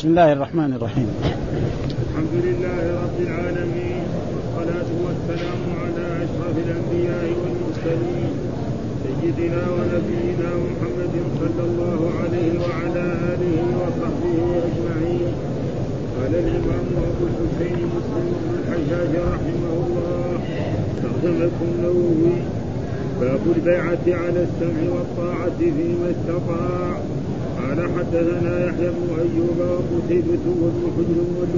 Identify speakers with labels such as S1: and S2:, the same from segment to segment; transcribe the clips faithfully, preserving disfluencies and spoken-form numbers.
S1: بسم الله الرحمن الرحيم.
S2: الحمد لله رب العالمين، والصلاة والسلام على أشرف الأنبياء والمرسلين سيدنا ونبينا محمد صلى الله عليه وعلى آله وصحبه أجمعين. قال الإمام أبو الحسين مسلم بن الحجاج رحمه الله: ترجمة النووي: باب البيعة على السمع والطاعة فيما استطاع. قال حدثنا يحيى بن أيوب وقتيبة وابن حجر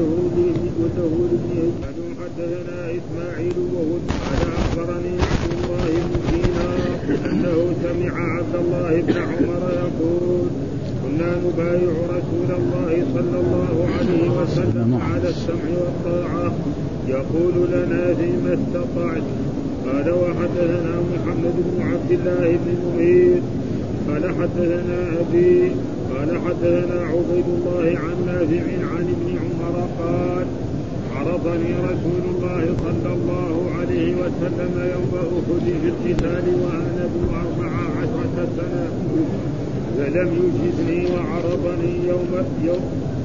S2: وداود بن أيوب حدثنا إسماعيل وهو قال أخبرني عبد الله بن دينار أنه سمع عبد الله بن عمر يقول: كنا نبايع رسول الله صلى الله عليه وسلم على السمع والطاعة يقول لنا فيما استطعت. قال وحدثنا محمد بن عبد الله بن مغيث قال حدثنا أبي قال حدثنا عبيد الله عن نافع عن ابن عمر قال: عرضني رسول الله صلى الله عليه وسلم يوم أحد في القتال وأنا ابن أربع عشرة سنة فلم يجزني، وعرضني يوم يوم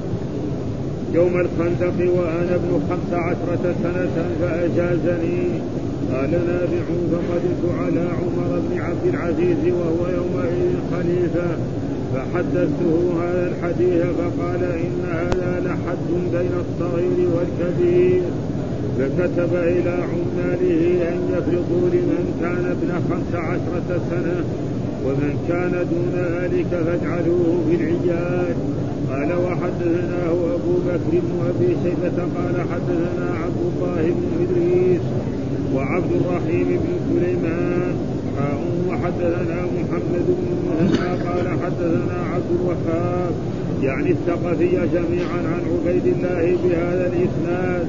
S2: يوم الخندق وأنا ابن خمس عشرة سنة فأجازني. قال نافع: فقدت على عمر بن عبد العزيز وهو يومئذ خليفة فحدثته هذا الحديث فقال: إن هذا لحد بين الصغير والكبير. فكتب إلى عماله أن يفرضوا لمن كان ابن خمس عشرة سنة ومن كان دون ذلك فاجعلوه في العجال. قال وحدثناه أبو بكر بن أبي شيبة قال حدثنا عبد الله بن إدريس وعبد الرحيم بن سليمان وحدثنا محمد بن مهنا قال حدثنا عبد الوهاب يعني الثقفي جميعا عن عبيد الله بهذا الإسناد.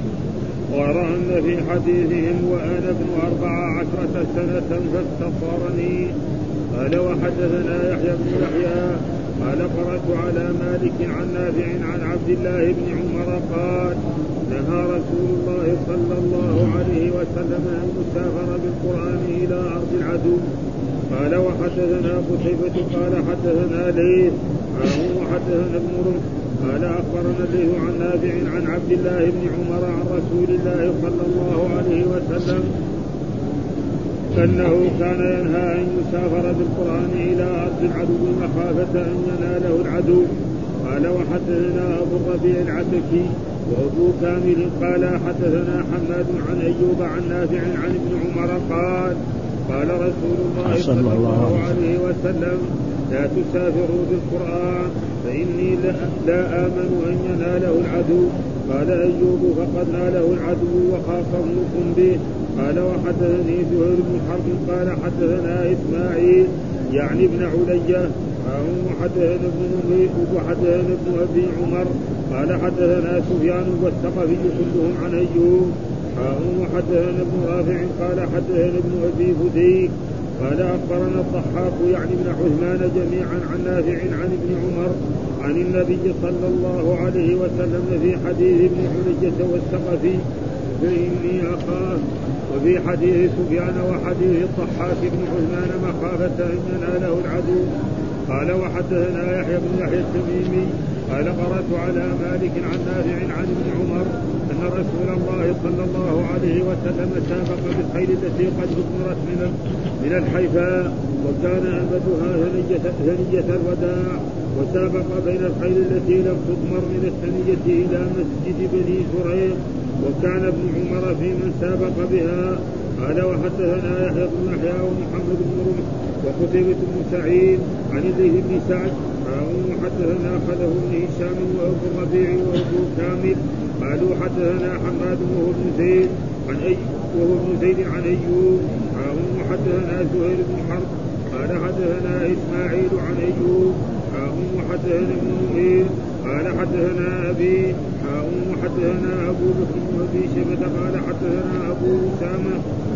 S2: ورأن في حديثهم وأنا ابن أربع عشرة سنة فاستطرني. قال وحدثنا يحيى بن يحيى قال قرأت على مالك عن نافع عن عبد الله بن عمر قال: نهى رسول الله صلى الله عليه وسلم أن يسافر بالقرآن إلى أرض العدو. قال وحدثنا قتيبة قال حدثنا ليث وحدثنا ابن رمح قال أخبرنا ليث عن نافع عن عبد الله بن عمر عن رسول الله صلى الله عليه وسلم أنه كان ينهى أن يسافر بالقرآن إلى أرض العدو مخافة أن يناله العدو. قال وحدثنا أبو الربيع العتكي وأبو كامل قال حدثنا حماد عن أيوب عن نافع عن ابن عمر قال: قال رسول الله صلى الله عليه وسلم: لا تسافروا بالقرآن فإني لا آمن أن يناله العدو. قال أيوب: فقد ناله العدو وخاصمكم به. قال وحدثني زهير بن حرب قال حدثنا إسماعيل يعني ابن علية وحدثنا ابن نمير وحدثنا ابن أبي عمر قال حدثنا سفيان والثقفي كلهم عن أيوب وحدثنا ابن رافع قال حدثنا ابن أبي فديك قال أخبرنا الضحاك يعني ابن عثمان جميعا عن نافع عن ابن عمر عن النبي صلى الله عليه وسلم في حديث ابن علية والثقفي فإني أخاف. وفي حديث سفيان وحديث الضحاك بن عثمان مخافة أن يناله العدو. قال وحدثنا يحيى بن يحيى التميمي قال قرأت على مالك عن نافع عن ابن عمر أن رسول الله صلى الله عليه وسلم سابق بالخيل التي قد أثمرت من الحيفاء وكان أمدها ثنية الوداع، وسابق بين الخيل التي لم تثمر من الثنية إلى مسجد بني سريم وكان ابن عمر في من سابق بها. قال وحدثنا يحيى بن يحيى ومحمد بن رمح وقتيبة بن سعيد عن الليث بن سعد وحدثنا خلف بن هشام وابو الربيع وابو كامل قالوا حدثنا حماد وهو ابن زيد عن أي وهو ابن زيد عن أيوب وحدثنا زهير بن حرب قال حدثنا إسماعيل عن أيوب وحدثنا ابن نمير قال حدثنا أبي وحدثنا أبو بكر بن أبي شيبة قال حدثنا أبو أسامة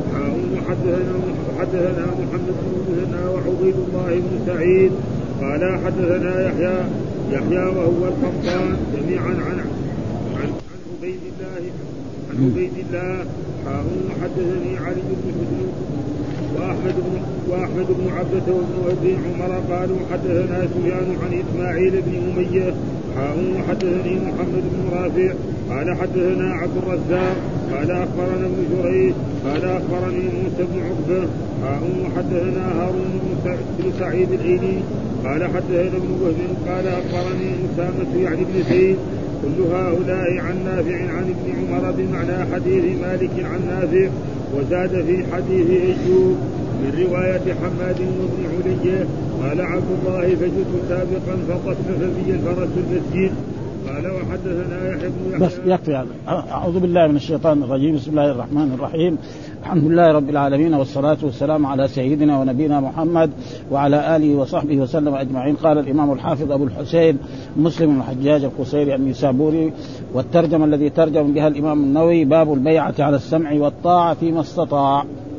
S2: وحدثنا محمد بن مهنا وعبيد الله بن سعيد قال حدثنا يحيى يحيى وهو القطان جميعا عن عن عن عبيد الله عن عبيد الله وحدثني علي بن حجر وأحمد بن وأحمد بن عبدة وابن أبي عمر قالوا حدثنا سفيان عن إسماعيل بن أمية حاء حدثني محمد بن رافع قال حدثنا عبد الرزاق قال أخبرنا ابن جريج قال أخبرني موسى بن عقبة حاء حدثنا هارون بن سعيد الأيلي قال حدثنا ابن وهب قال أخبرني أسامة يعني بن زيد كل هؤلاء عن نافع عن ابن عمر بمعنى حديث مالك عن نافع وزاد في حديث أيوب من رواية حماد وابن علي قال عبد الله فجئت سابقا فقصف بي الفرس المسجد قال وحدثنا يحيى بن يحيى.
S1: بس يكفي هذا. أعوذ بالله من الشيطان الرجيم. بسم الله الرحمن الرحيم. الحمد لله رب العالمين والصلاة والسلام على سيدنا ونبينا محمد وعلى آله وصحبه وسلم أجمعين. قال الإمام الحافظ أبو الحسين مسلم بن الحجاج القصيري النيسابوري والترجمة الذي ترجم بها الإمام النووي باب البيعة على السمع والطاعة فيما استطاع.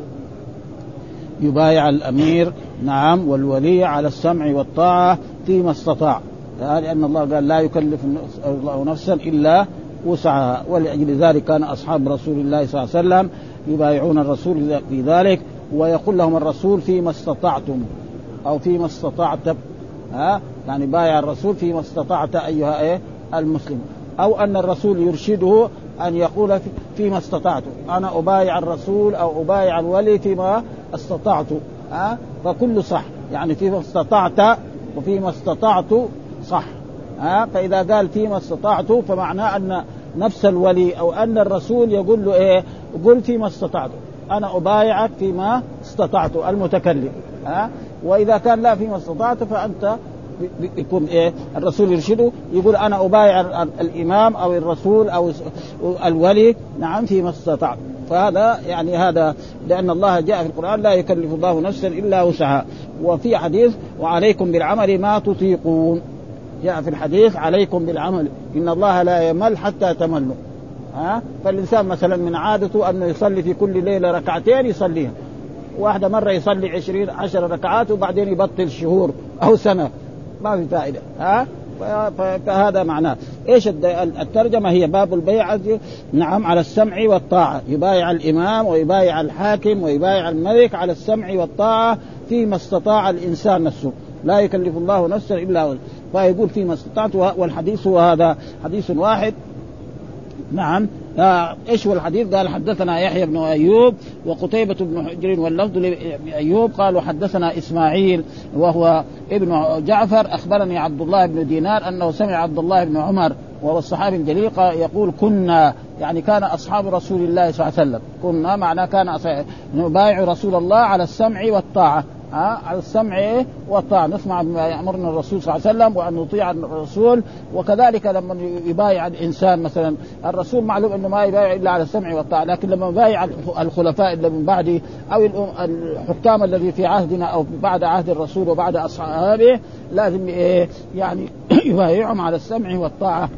S1: يبايع الأمير نعم والولي على السمع والطاعة فيما استطاع، لأن الله قال لا يكلف الله نفسا إلا وسعها، ولأجل ذلك كان أصحاب رسول الله صلى الله عليه وسلم يبايعون الرسول في ذلك ويقول لهم الرسول فيما استطعتم أو فيما استطعت، ها يعني بايع الرسول فيما استطعت أيها إيه المسلم، أو أن الرسول يرشده أن يقول فيما استطعت، أنا أبايع الرسول أو أبايع الولي فيما استطعت، ها فكل صح، يعني فيما استطعت وفيما استطعت صح، ها فإذا قال فيما استطعت فمعناه أن نفس الولي أو أن الرسول يقول له إيه قل فيما استطعت، أنا أبايعك فيما استطعت المتكلم، ها وإذا كان لا فيما استطعت فأنت يكون إيه الرسول يرشده يقول أنا أبايع الإمام أو الرسول أو الولي نعم فيما استطعت. فهذا يعني هذا لأن الله جاء في القرآن لا يكلف الله نفسا إلا وسعها. وفي حديث وعليكم بالعمل ما تطيقون، جاء في الحديث عليكم بالعمل إن الله لا يمل حتى تملوا، ها فالإنسان مثلا من عادته أنه يصلي في كل ليلة ركعتين يصليها، واحدة مرة يصلي عشرين عشر ركعات وبعدين يبطل شهور أو سنة ما في فائدة، ها فهذا معناه إيش الترجمة هي باب البيعة نعم على السمع والطاعة، يبايع الإمام ويبايع الحاكم ويبايع الملك على السمع والطاعة فيما استطاع الإنسان نفسه، لا يكلف الله نفسا إلا هو، فيقول فيما استطعت. والحديث هو هذا حديث واحد نعم. آه إيش هو الحديث؟ قال حدثنا يحيى بن أيوب وقتيبة بن حجر واللفظ لأيوب قال وحدثنا إسماعيل وهو ابن جعفر أخبرني عبد الله بن دينار أنه سمع عبد الله بن عمر وهو الصحابي الجليل يقول كنا يعني كان أصحاب رسول الله صلى الله عليه وسلم، كنا معناه كان نبايع رسول الله على السمع والطاعة، ها على السمع والطاعة نسمع بما يأمرنا الرسول صلى الله عليه وسلم وأن نطيع الرسول. وكذلك لما يبايع الإنسان مثلا الرسول معلوم أنه ما يبايع إلا على السمع والطاعة، لكن لما يبايع الخلفاء اللي من بعده أو الحكام الذي في عهدنا أو بعد عهد الرسول وبعد أصحابه لازم يعني يبايعهم على السمع والطاعة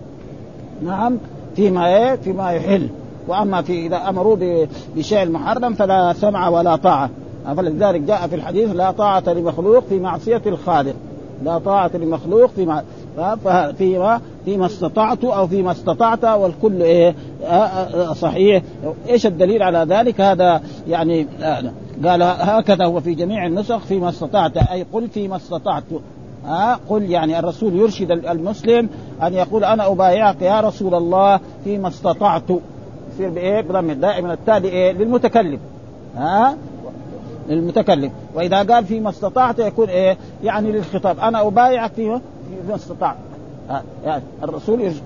S1: نعم فيما إيه فيما يحل. وأما في إذا أمروا بشيء المحرم فلا سمع ولا طاعة، فلذلك جاء في الحديث لا طاعة لمخلوق في معصية الخالق، لا طاعة لمخلوق في مع... فيما فيما استطعت أو فيما استطعت والكل إيه صحيح. إيش الدليل على ذلك؟ هذا يعني قال هكذا هو في جميع النسخ فيما استطعت، أي قل فيما استطعت، ها قل يعني الرسول يرشد المسلم أن يقول أنا أبايعك يا رسول الله فيما استطعت، يصير بإيه بضم دائما التالي إيه للمتكلم، ها للمتكلم. وإذا قال فيما استطعت يكون إيه يعني للخطاب أنا أبايعك فيما استطعت، يعني الرسول يرشد.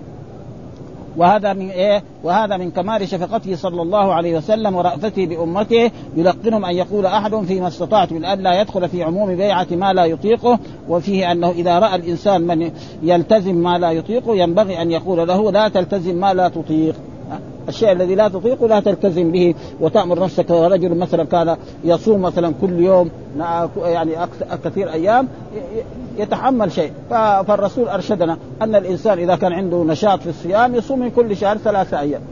S1: وهذا من إيه وهذا من كمال شفقته صلى الله عليه وسلم ورأفته بأمته، يلقنهم أن يقول أحد فيما استطعت من أن لا يدخل في عموم بيعة ما لا يطيقه. وفيه أنه إذا رأى الإنسان من يلتزم ما لا يطيقه ينبغي أن يقول له لا تلتزم ما لا تطيق، الشيء الذي لا تطيق لا تلتزم به وتأمر نفسك. رجل مثلا كان يصوم مثلا كل يوم يعني كثير أيام يتحمل شيء، فالرسول أرشدنا أن الإنسان إذا كان عنده نشاط في الصيام يصوم من كل شهر ثلاثة أيام،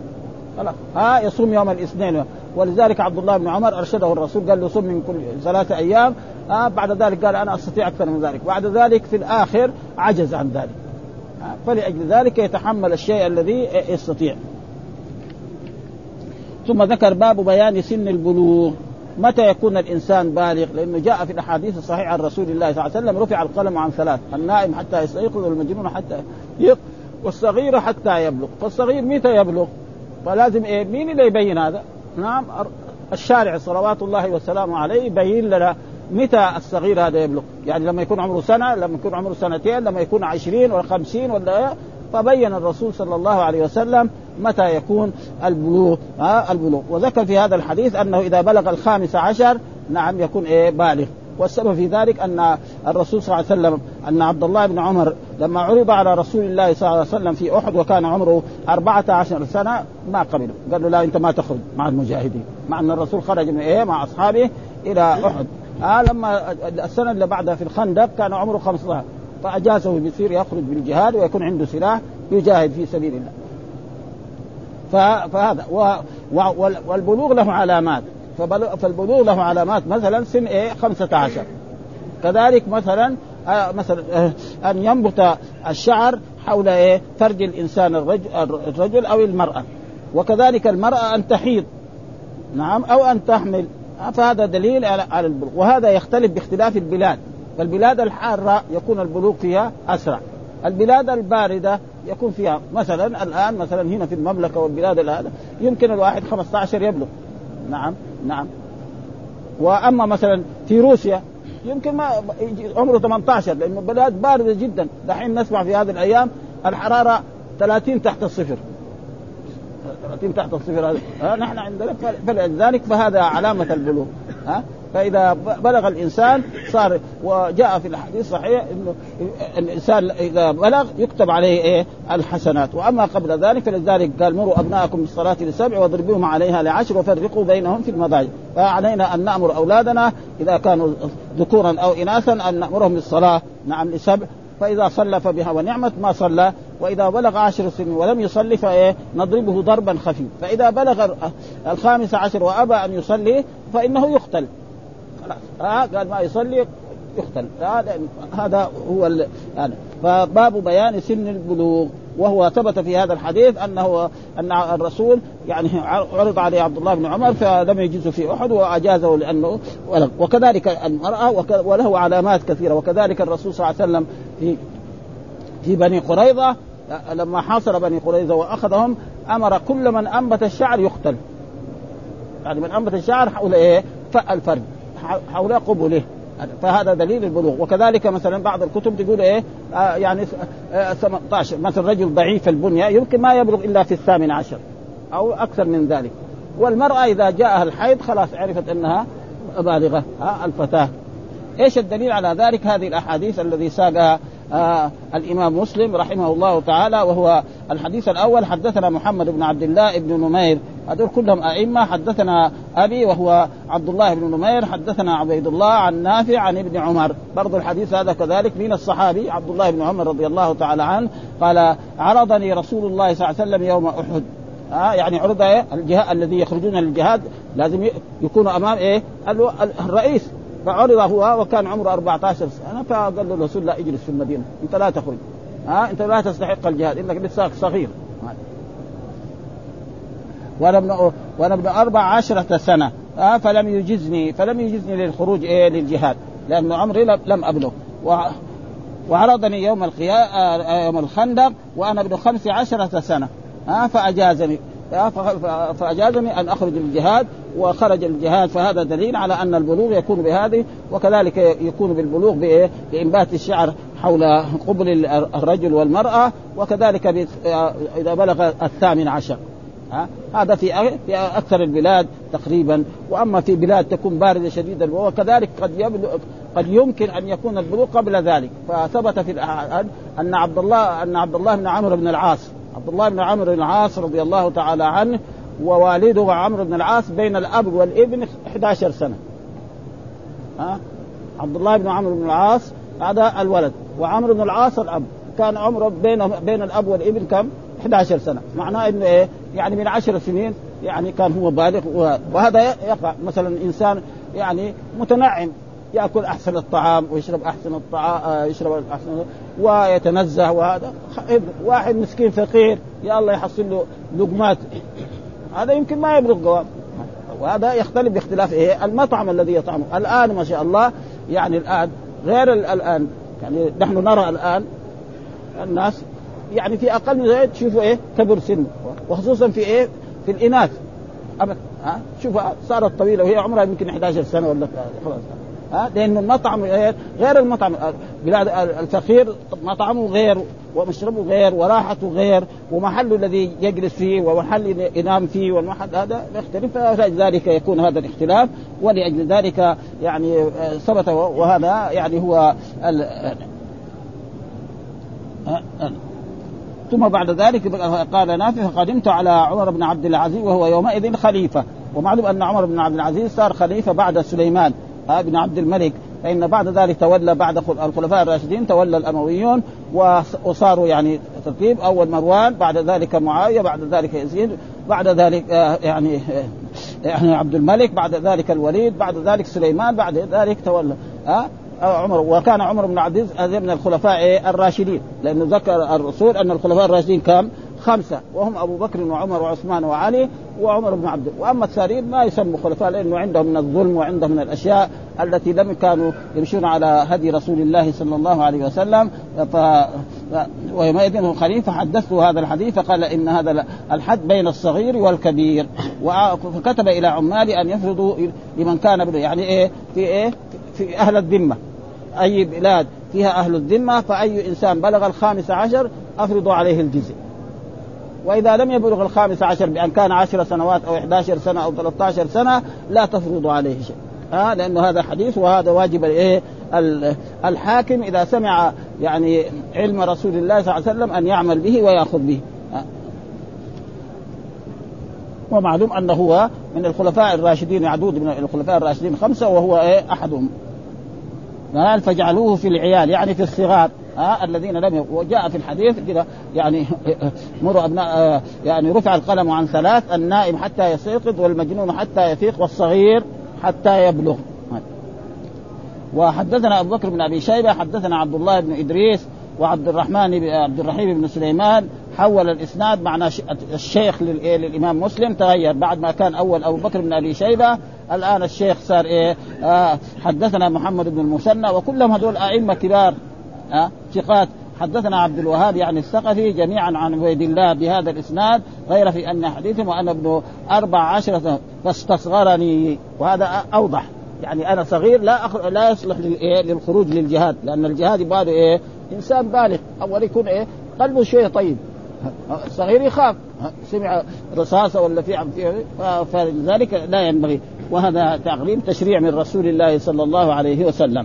S1: ها يصوم يوم الاثنين. ولذلك عبد الله بن عمر أرشده الرسول قال له صوم من كل ثلاثة أيام، ها بعد ذلك قال أنا أستطيع أكثر من ذلك، بعد ذلك في الآخر عجز عن ذلك، فلأجل ذلك يتحمل الشيء الذي يستطيع. ثم ذكر باب بيان سن البلوغ، متى يكون الإنسان بالغ؟ لأنه جاء في الأحاديث الصحيحة عن رسول الله صلى الله عليه وسلم رفع القلم عن ثلاث: النائم حتى يستيقظ، والمجنون حتى يق، والصغير حتى يبلغ. فالصغير متى يبلغ؟ فلازم إيه؟ مين اللي يبين هذا؟ نعم الشارع صلوات الله وسلامه عليه يبين لنا متى الصغير هذا يبلغ، يعني لما يكون عمره سنة، لما يكون عمره سنتين، لما يكون عشرين ولا خمسين ولا. فبين الرسول صلى الله عليه وسلم متى يكون البلوغ. ها البلوغ. وذكر في هذا الحديث أنه إذا بلغ الخامس عشر نعم يكون إيه بالغ. والسبب في ذلك أن الرسول صلى الله عليه وسلم أن عبد الله بن عمر لما عرض على رسول الله صلى الله عليه وسلم في أحد وكان عمره أربعة عشر سنة ما قبله، قال له لا أنت ما تخرج مع المجاهدين، مع أن الرسول خرج من إيه مع أصحابه إلى أحد. آه لما السنة اللي بعدها في الخندق كان عمره خمسة عشر، فأجازه بيصير يخرج بالجهاد ويكون عنده سلاح يجاهد في سبيل الله. فهذا و... و... والبلوغ له علامات. فالبلوغ له علامات مثلا سن إيه خمسة عشر، كذلك مثلا آه مثلا آه أن ينبت الشعر حول إيه فرج الإنسان الرجل, الرجل أو المرأة، وكذلك المرأة أن تحيض نعم أو أن تحمل. فهذا دليل على البلوغ. وهذا يختلف باختلاف البلاد. فالبلاد الحارة يكون البلوغ فيها أسرع، البلاد الباردة يكون فيها مثلا الآن مثلا هنا في المملكة والبلاد الآن يمكن الواحد خمسة عشر يبلغ. نعم نعم. وأما مثلا في روسيا يمكن ما عمره ثمانية عشر، لأنه بلاد باردة جدا. دحين نسمع في هذه الأيام الحرارة ثلاثين تحت الصفر، ثلاثين تحت الصفر. هذا نحن عندنا. فلذلك فهذا علامة البلوغ. ها فإذا بلغ الإنسان صار. وجاء في الحديث صحيح إنه الإنسان إذا بلغ يكتب عليه إيه الحسنات. وأما قبل ذلك فلذلك قال مروا أبناءكم بالصلاة لسبع واضربوهم عليها لعشر وفرقوا بينهم في المضاجع. فعلينا أن نأمر أولادنا إذا كانوا ذكورا أو إناثا أن نأمرهم بالصلاة نعم لسبع، فإذا صلى فبها ونعمت، ما صلى. وإذا بلغ عشر سنين ولم يصلي فإيه نضربه ضربا خفيف. فإذا بلغ الخامس عشر وأبى أن يصلي فإنه يقتل. آه قال ما يصلي يقتل. آه هذا هو ال... يعني فباب بيان سن البلوغ. وهو ثبت في هذا الحديث أنه أن الرسول يعني عرض عليه عبد الله بن عمر فلم يجوز في أحد وأجازه لأنه ولغ. وكذلك المرأة وك... وله علامات كثيرة. وكذلك الرسول صلى الله عليه وسلم في في بني قريظة لما حاصر بني قريظة وأخذهم أمر كل من أنبت الشعر يقتل. يعني من أنبت الشعر حول إيه فالفرج حول قبله. فهذا دليل البلوغ. وكذلك مثلا بعض الكتب تقول ايه آه يعني آه ثمانية عشر مثلا رجل ضعيف البنية يمكن ما يبلغ الا في الثامن عشر او اكثر من ذلك. والمرأة اذا جاءها الحيض خلاص عرفت انها بالغة آه الفتاة. ايش الدليل على ذلك؟ هذه الاحاديث الذي ساقها آه الامام مسلم رحمه الله تعالى. وهو الحديث الاول حدثنا محمد بن عبد الله بن نمير، هذول كلهم ائمه. حدثنا ابي وهو عبد الله بن نمير، حدثنا عبيد الله عن نافع عن ابن عمر. برضو الحديث هذا كذلك من الصحابي عبد الله بن عمر رضي الله تعالى عنه قال عرضني رسول الله صلى الله عليه وسلم يوم احد. آه يعني عرض إيه؟ الجهاد الذي يخرجون للجهاد لازم يكونوا امام ايه الرئيس. فعرض هو وكان عمره أربعة عشر سنة فقال له الرسول لا اجلس في المدينة، انت لا تخرج، ها انت لا تستحق الجهاد انك لسه صغير. وانا ابن وانا ابن أربع عشرة سنة ها فلم يجزني فلم يجزني للخروج ايه للجهاد لأن عمري لم أبلغ. وعرضني يوم القيا يوم الخندق وانا ابن خمس عشرة سنة ها فأجازني فأجازني أن أخرج للجهاد وخرج الجهاد. فهذا دليل على أن البلوغ يكون بهذه. وكذلك يكون بالبلوغ بإنبات الشعر حول قبل الرجل والمرأة. وكذلك إذا بلغ الثامن عشر هذا في في أكثر البلاد تقريبا. وأما في بلاد تكون باردة شديدة وكذلك قد قد يمكن أن يكون البلوغ قبل ذلك. فثبت في الأحاديث أن عبد الله أن عبد الله بن عمرو بن العاص عبد الله بن عمرو بن العاص رضي الله تعالى عنه ووالده عمرو بن العاص بين الأب والابن إحدى عشرة سنة. ها عبد الله بن عمرو بن العاص هذا الولد وعمرو بن العاص الأب كان عمره بين بين الأب والابن كم إحدى عشرة سنة. معناه إنه إيه يعني من عشر سنين يعني كان هو بالغ. وهذا يقع مثلا إنسان يعني متنعم يأكل أحسن الطعام ويشرب أحسن الطعام يشرب أحسن ويتنزه. وهذا واحد مسكين فقير يا الله يحصل له لقمات هذا يمكن ما يبلغ قوام. وهذا يختلف باختلاف إيه المطعم الذي يطعمه. الآن ما شاء الله يعني الآن غير الآن يعني نحن نرى الآن الناس يعني في أقل من ذلك تشوفوا إيه كبر سن، وخصوصا في إيه في الإناث أبد. ها شوفها صارت طويلة وهي عمرها يمكن إحدى عشرة سنة ولا خلاص. ها لأن المطعم غير غير المطعم. بلاد الفقير مطعمه غير ومشربه غير وراحته غير ومحله الذي يجلس فيه ومحل ينام فيه والمحل هذا يختلف، فلذلك يكون هذا الاختلاف. ولأجل ذلك يعني ثبت وهذا يعني هو ال... ثم بعد ذلك قال نافع فقدمت على عمر بن عبد العزيز وهو يومئذ خليفة. ومعلوم أن عمر بن عبد العزيز صار خليفة بعد سليمان بن عبد الملك، فإن بعد ذلك تولى بعد الخلفاء الراشدين تولى الأمويون وصاروا يعني ترتيب أول مروان، بعد ذلك معاوية، بعد ذلك يزيد، بعد ذلك يعني يعني عبد الملك، بعد ذلك الوليد، بعد ذلك سليمان، بعد ذلك تولى ها عمر. وكان عمر بن عبد العزيز من الخلفاء الراشدين، لأنه ذكر الرسول أن الخلفاء الراشدين كم خمسة، وهم أبو بكر وعمر وعثمان وعلي وعمر بن عبد. وأما الثانيين ما يسموا خلفاء لأنه عندهم من الظلم وعندهم من الأشياء التي لم كانوا يمشون على هدي رسول الله صلى الله عليه وسلم. ف... ويومئذ هو خليفة. حدثته هذا الحديث فقال إن هذا الحد بين الصغير والكبير. فكتب إلى عمال أن يفرضوا لمن كان يعني إيه في إيه في أهل الذمة، أي بلاد فيها أهل الذمة فأي إنسان بلغ الخامس عشر أفرضوا عليه الجزية. وإذا لم يبلغ الخامس عشر بأن كان عشر سنوات أو إحدى عشر سنة أو ثلاثة عشر سنة لا تفرضوا عليه شيء. ها لأنه هذا حديث وهذا واجب إيه الحاكم إذا سمع يعني علم رسول الله صلى الله عليه وسلم أن يعمل به ويأخذ به. ومعلوم أنه هو من الخلفاء الراشدين، يعدود من الخلفاء الراشدين خمسة وهو إيه أحدهم. قال فجعلوه في العيال يعني في الصغار ها الذين لم ي... وجاء في الحديث كده يعني مر ابناء يعني رفع القلم عن ثلاث: النائم حتى يستيقظ، والمجنون حتى يفيق، والصغير حتى يبلغ. وحدثنا أبو بكر بن أبي شيبة حدثنا عبد الله بن إدريس وعبد الرحمن عبد الرحيم بن سليمان حول الإسناد معنى الشيخ للإمام مسلم تغير بعد ما كان أول أبو بكر بن أبي شيبة، الآن الشيخ صار إيه آه حدثنا محمد بن المثنى، وكلهم هذول أئمة كبار آه ثقات. حدثنا عبد الوهاب يعني الثقفي جميعا عن عبيد الله بهذا الإسناد غير في أن حديثهم وأنا ابن أربع عشرة فاستصغرني، وهذا أوضح يعني أنا صغير لا أخ... لا يصلح للخروج للجهاد، لأن الجهاد يبغى إيه إنسان بالغ أول يكون إيه قلبه شيء طيب. صغير يخاف سمع رصاصة ولا في عم فيه، فلذلك لا ينبغي. وهذا تقريب تشريع من رسول الله صلى الله عليه وسلم.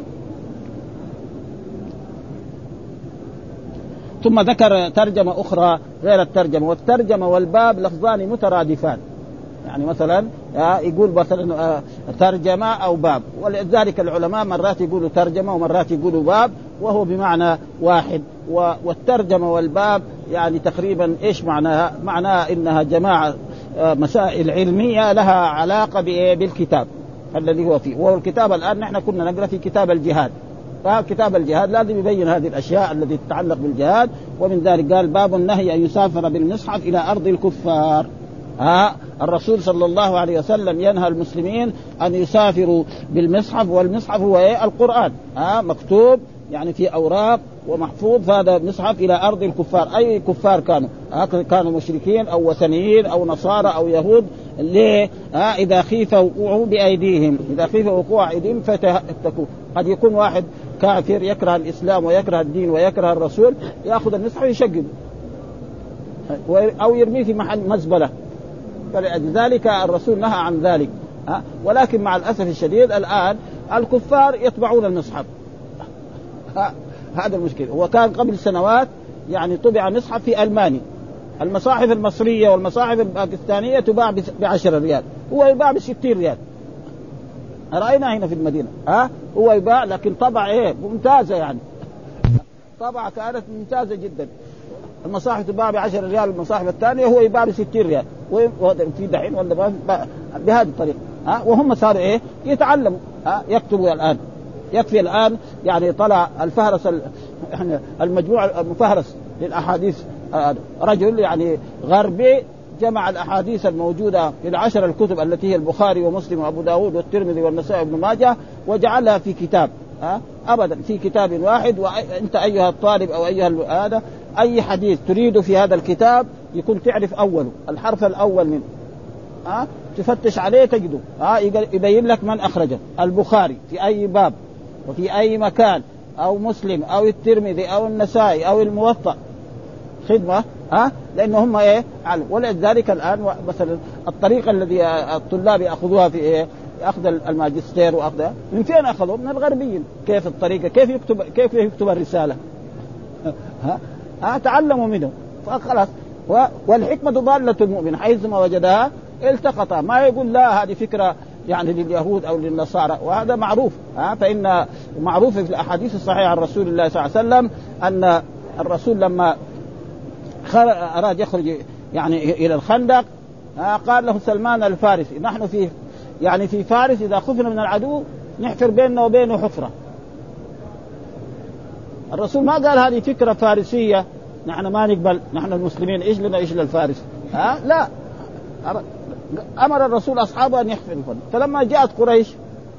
S1: ثم ذكر ترجمة أخرى غير الترجمة، والترجمة والباب لفظان مترادفان، يعني مثلا يقول مثلا ترجمة أو باب، ولذلك العلماء مرات يقولوا ترجمة ومرات يقولوا باب وهو بمعنى واحد. والترجمة والباب يعني تقريبا إيش معناها؟ معناها إنها جماعة مسائل علمية لها علاقة بالكتاب الذي هو فيه. والكتاب الآن نحن كنا نقرأ في كتاب الجهاد، فكتاب الجهاد لازم يبين هذه الأشياء التي تتعلق بالجهاد. ومن ذلك قال باب النهي أن يسافر بالمصحف إلى أرض الكفار. ها الرسول صلى الله عليه وسلم ينهى المسلمين أن يسافروا بالمصحف، والمصحف هو إيه القرآن ها مكتوب يعني في أوراق ومحفوظ، هذا مصحف إلى أرض الكفار. أي كفار كانوا كانوا مشركين أو وثنيين أو نصارى أو يهود. ليه؟ ها إذا خيف وقوعه بأيديهم، إذا خيف وقوع أيديهم فتتكوا. قد يكون واحد كافر يكره الإسلام ويكره الدين ويكره الرسول يأخذ المصحف ويشقده أو يرميه في محل مزبلة، فلذلك الرسول نهى عن ذلك. ها ولكن مع الأسف الشديد الآن الكفار يطبعون المصحف، هذا المشكلة. وكان قبل سنوات يعني طبع مصحف في ألمانيا، المصاحف المصرية والمصاحف الباكستانية تباع بعشرة ريال، هو يباع بستين ريال. رأينا هنا في المدينة ها هو يباع، لكن طبع إيه ممتازة، يعني طبعة كانت ممتازة جدا. المصاحف تباع بعشرة ريال، المصاحف الثانية هو يباع بستين ريال، وفي دحين ولا بهذه الطريقة. ها وهم صاروا إيه يتعلموا ها يكتبوا الآن. يكفي الآن يعني طلع الفهرس المجموع المفهرس للأحاديث، رجل يعني غربي جمع الأحاديث الموجودة في العشر الكتب التي هي البخاري ومسلم وأبو داود والترمذي والنسائي وابن ماجه وجعلها في كتاب. ها أبدا في كتاب واحد. وأنت أيها الطالب أو أيها هذا أي حديث تريد في هذا الكتاب يكون تعرف أوله الحرف الأول منه، ها تفتش عليه تجده، ها يبين لك من أخرجه. البخاري في أي باب وفي أي مكان، أو مسلم أو الترمذي أو النسائي أو الموطأ، خدمة، ها لأنه هم إيه علم. ولذلك الآن مثلا الطريقة الذي الطلاب يأخذوها في إيه أخذ الماجستير وأخذها من فين أخذوا؟ من الغربيين. كيف الطريقة؟ كيف يكتب كيف يكتب الرسالة؟ ها ها تعلموا منه فخلاص. والحكمة ضالة المؤمن حيثما وجدها التقطها. ما يقول لا هذه فكرة يعني لليهود أو للنصارى، وهذا معروف. ها فإن معروف في الأحاديث الصحيحة عن رسول الله صلى الله عليه وسلم أن الرسول لما أراد يخرج يعني إلى الخندق قال له سلمان الفارسي نحن في يعني في فارس إذا خفنا من العدو نحفر بيننا وبينه حفرة. الرسول ما قال هذه فكرة فارسية نحن ما نقبل، نحن المسلمين إيش لنا إيش للفارس. ها لا، أمر الرسول أصحابه أن يحفروا. فلما جاءت قريش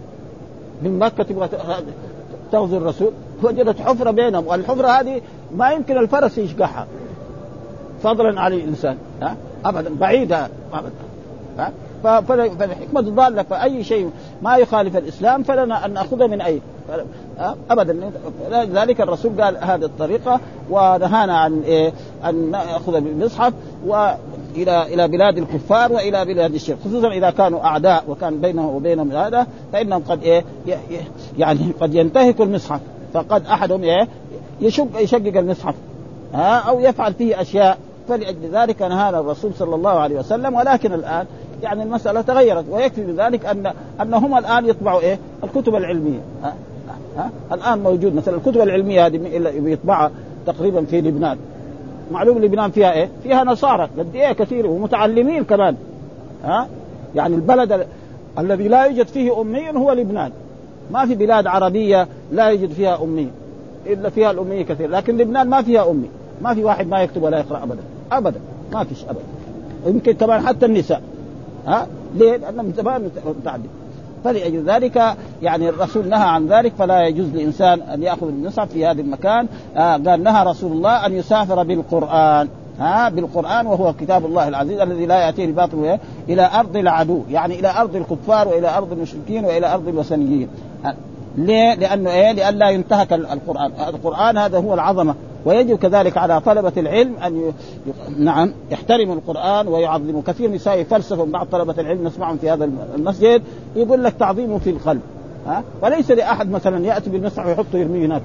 S1: من مكة تبغى تغزو الرسول وجدت حفرة بينهم، والحفرة هذه ما يمكن الفرس يشقحها فضلا عن الإنسان. ها أبدا بعيدة أبدا. ها فالحكمة ضالة، فأي شيء ما يخالف الإسلام فلنا أن نأخذه من أي أبدا. ذلك الرسول قال هذه الطريقة ونهانا عن إيه أن نأخذ بالمصحف وإلى إلى بلاد الكفار وإلى بلاد الشرك، خصوصا إذا كانوا أعداء وكان بينهم وبينهم هذا، فإنهم قد إيه يعني قد ينتهكوا المصحف. فقد أحدهم إيه يشق يشقق المصحف ها أو يفعل فيه أشياء. فلأجل ذلك نهانا الرسول صلى الله عليه وسلم. ولكن الآن يعني المسألة تغيرت، ويكفي بذلك أن أنهم الآن يطبعوا إيه الكتب العلمية. ها؟ ها؟ الآن موجود مثلا الكتب العلمية هذه بيطبعها تقريبا في لبنان. معلوم لبنان فيها إيه؟ فيها نصارى قد إيه كثير ومتعلمين كمان. ها؟ يعني البلد الذي لا يوجد فيه أمي هو لبنان. ما في بلاد عربية لا يوجد فيها أمي إلا فيها الأمي كثير، لكن لبنان ما فيها أمي، ما في واحد ما يكتب ولا يقرأ أبدا أبدا، ما فيش أبدا. يمكن كمان حتى النساء. ها ليه؟ لأنهم زمان متعدد. فلأجل ذلك يعني الرسول نهى عن ذلك، فلا يجوز لإنسان أن يأخذ المصحف في هذا المكان. آه قال نهى رسول الله أن يسافر بالقرآن، ها بالقرآن وهو كتاب الله العزيز الذي لا يأتيه الباطل إلى أرض العدو، يعني إلى أرض الكفار وإلى أرض المشركين وإلى أرض الوثنيين. آه. ليه؟ لأنه إيه؟ لأن لا ينتهك القرآن. القرآن هذا هو العظمة، ويجب كذلك على طلبة العلم أن ي... نعم يحترموا القرآن ويعظموا. كثير نساء فلسفة بعض طلبة العلم نسمعهم في هذا المسجد يقول لك تعظيمه في القلب. ها وليس لأحد مثلا يأتي بالمصحف ويحطه يرميه هناك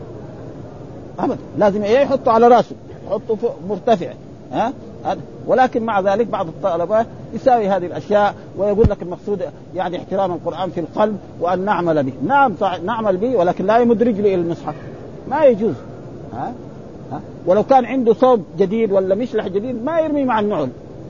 S1: أبدا، لازم إيه يحطه على رأسه، يحطه مرتفع. ها ولكن مع ذلك بعض الطلبة يساوي هذه الأشياء ويقول لك المقصود يعني احترام القرآن في القلب وأن نعمل به. نعم نعمل به، ولكن لا يمد رجله إلى المصحف، ما يجوز. ها؟ ها؟ ولو كان عنده ثوب جديد ولا مشلح جديد ما يرمي مع النعل.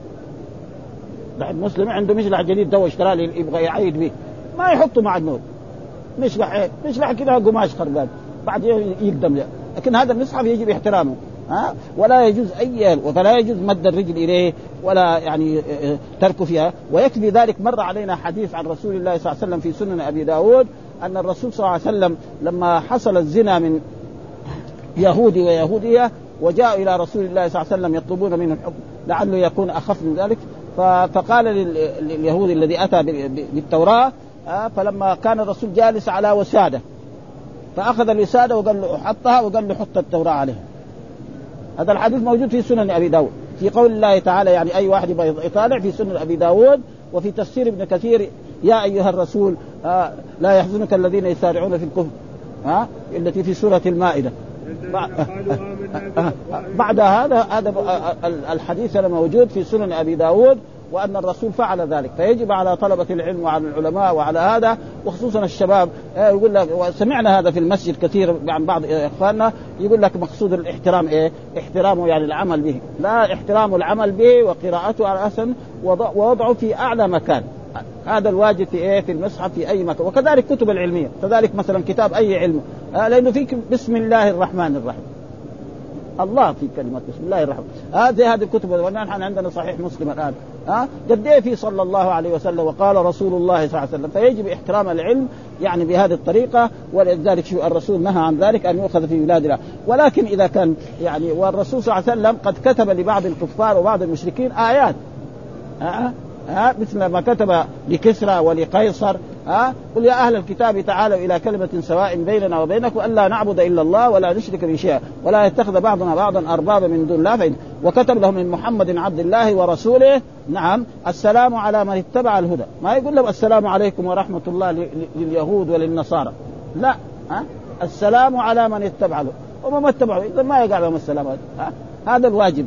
S1: بعد مسلم عنده مشلح جديد تو اشترى لي يبغى يعيد به، ما يحطه مع النعل. مشلح ايه؟ مشلح كذا قماش خربان بعد يقدم له. لكن هذا المصحف يجب احترامه. ها ولا يجوز أي ولا يجوز مد الرجل إليه ولا يعني تركه فيها. ويكفي ذلك مر علينا حديث عن رسول الله صلى الله عليه وسلم في سنن أبي داود أن الرسول صلى الله عليه وسلم لما حصل الزنا من يهودي ويهودية وجاءوا إلى رسول الله صلى الله عليه وسلم يطلبون منه الحكم لعله يكون أخف من ذلك، فقال لليهودي الذي أتى بالتوراة فلما كان الرسول جالس على وسادة فأخذ الوسادة وقال له حطها وقال له حط التوراة عليها. هذا الحديث موجود في سنن أبي داود في قول الله تعالى، يعني أي واحد يطالع في سنن أبي داود وفي تفسير ابن كثير يا أيها الرسول لا يحزنك الذين يسارعون في الكفر ها التي في سورة المائدة. بعد هذا هذا الحديث موجود في سنن أبي داود وأن الرسول فعل ذلك. فيجب على طلبة العلم وعلى العلماء وعلى هذا وخصوصا الشباب يقول لك، وسمعنا هذا في المسجد كثير عن بعض إخواننا يقول لك مقصود الاحترام إيه؟ احترامه يعني العمل به، لا احترام العمل به وقراءته على أحسن ووضعه في أعلى مكان. هذا الواجب في إيه؟ في المصحف في أي مكان. وكذلك كتب العلمية كذلك، مثلا كتاب أي علم لأنه فيك بسم الله الرحمن الرحيم الله في كلمة بسم الله الرحمن. هذه هذه الكتب، ونحن عندنا صحيح مسلم الآن ها قد ايه في صلى الله عليه وسلم وقال رسول الله صلى الله عليه وسلم. فيجب احترام العلم يعني بهذه الطريقة، ولذلك شو الرسول نهى عن ذلك أن يؤخذ في بلاد الله. ولكن إذا كان يعني والرسول صلى الله عليه وسلم قد كتب لبعض الكفار وبعض المشركين آيات ها ها مثل ما كتب لكسرى ولقيصر ها قل يا أهل الكتاب تعالوا إلى كلمة سواء بيننا وبينكم ألا نعبد إلا الله ولا نشرك به شيئا ولا يتخذ بعضنا بعضا أربابا من دون الله. وكتب لهم من محمد عبد الله ورسوله نعم السلام على من اتبع الهدى. ما يقول لهم السلام عليكم ورحمة الله لليهود وللنصارى، لا ها السلام على من اتبع الهدى، وما ما اتبعوا إذا ما يقع لهم السلام ها؟ هذا الواجب.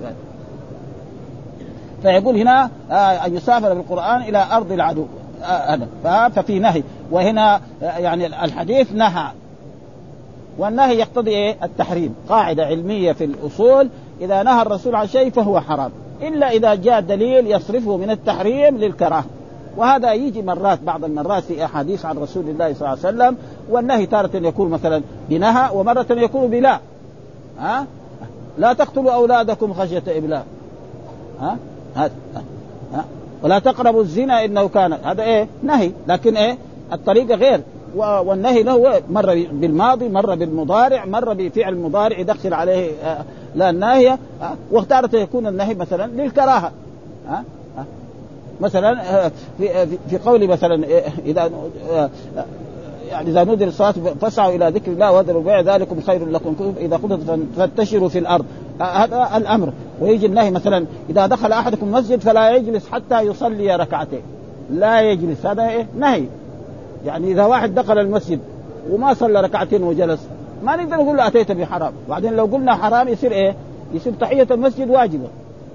S1: فيقول هنا أن يسافر بالقرآن إلى أرض العدو هذا آه ففي نهي. وهنا يعني الحديث نهى، والنهي يقتضي إيه؟ التحريم. قاعدة علمية في الأصول إذا نهى الرسول عن شيء فهو حرام إلا إذا جاء دليل يصرفه من التحريم للكراهة، وهذا يجي مرات بعض المرات في أحاديث عن رسول الله صلى الله عليه وسلم. والنهي تارة يكون مثلا بنهى ومرة يكون بلا ها آه؟ لا تقتلوا أولادكم خشية إملاق ها هذا ها ولا تقربوا الزنا إنه كان هذا إيه نهي، لكن إيه الطريقة غير. والنهي له مرة بالماضي مرة بالمضارع مرة بفعل مضارع يدخل عليه آه لا الناهية آه واختارت يكون النهي مثلا للكراهة ها آه مثلا آه في في قول مثلا إذا آه يعني إذا نودي الصلاة فاسعوا إلى ذكر الله وذروا البيع ذلكم خير لكم إذا قضت فانتشروا في الأرض، هذا الأمر. ويجي النهي مثلا إذا دخل أحدكم مسجد فلا يجلس حتى يصلي ركعتين، لا يجلس، هذا إيه نهي. يعني إذا واحد دخل المسجد وما صلى ركعتين وجلس ما نقدر نقول له أتيت بحرام. بعدين لو قلنا حرام يصير إيه يصير تحية المسجد واجبة،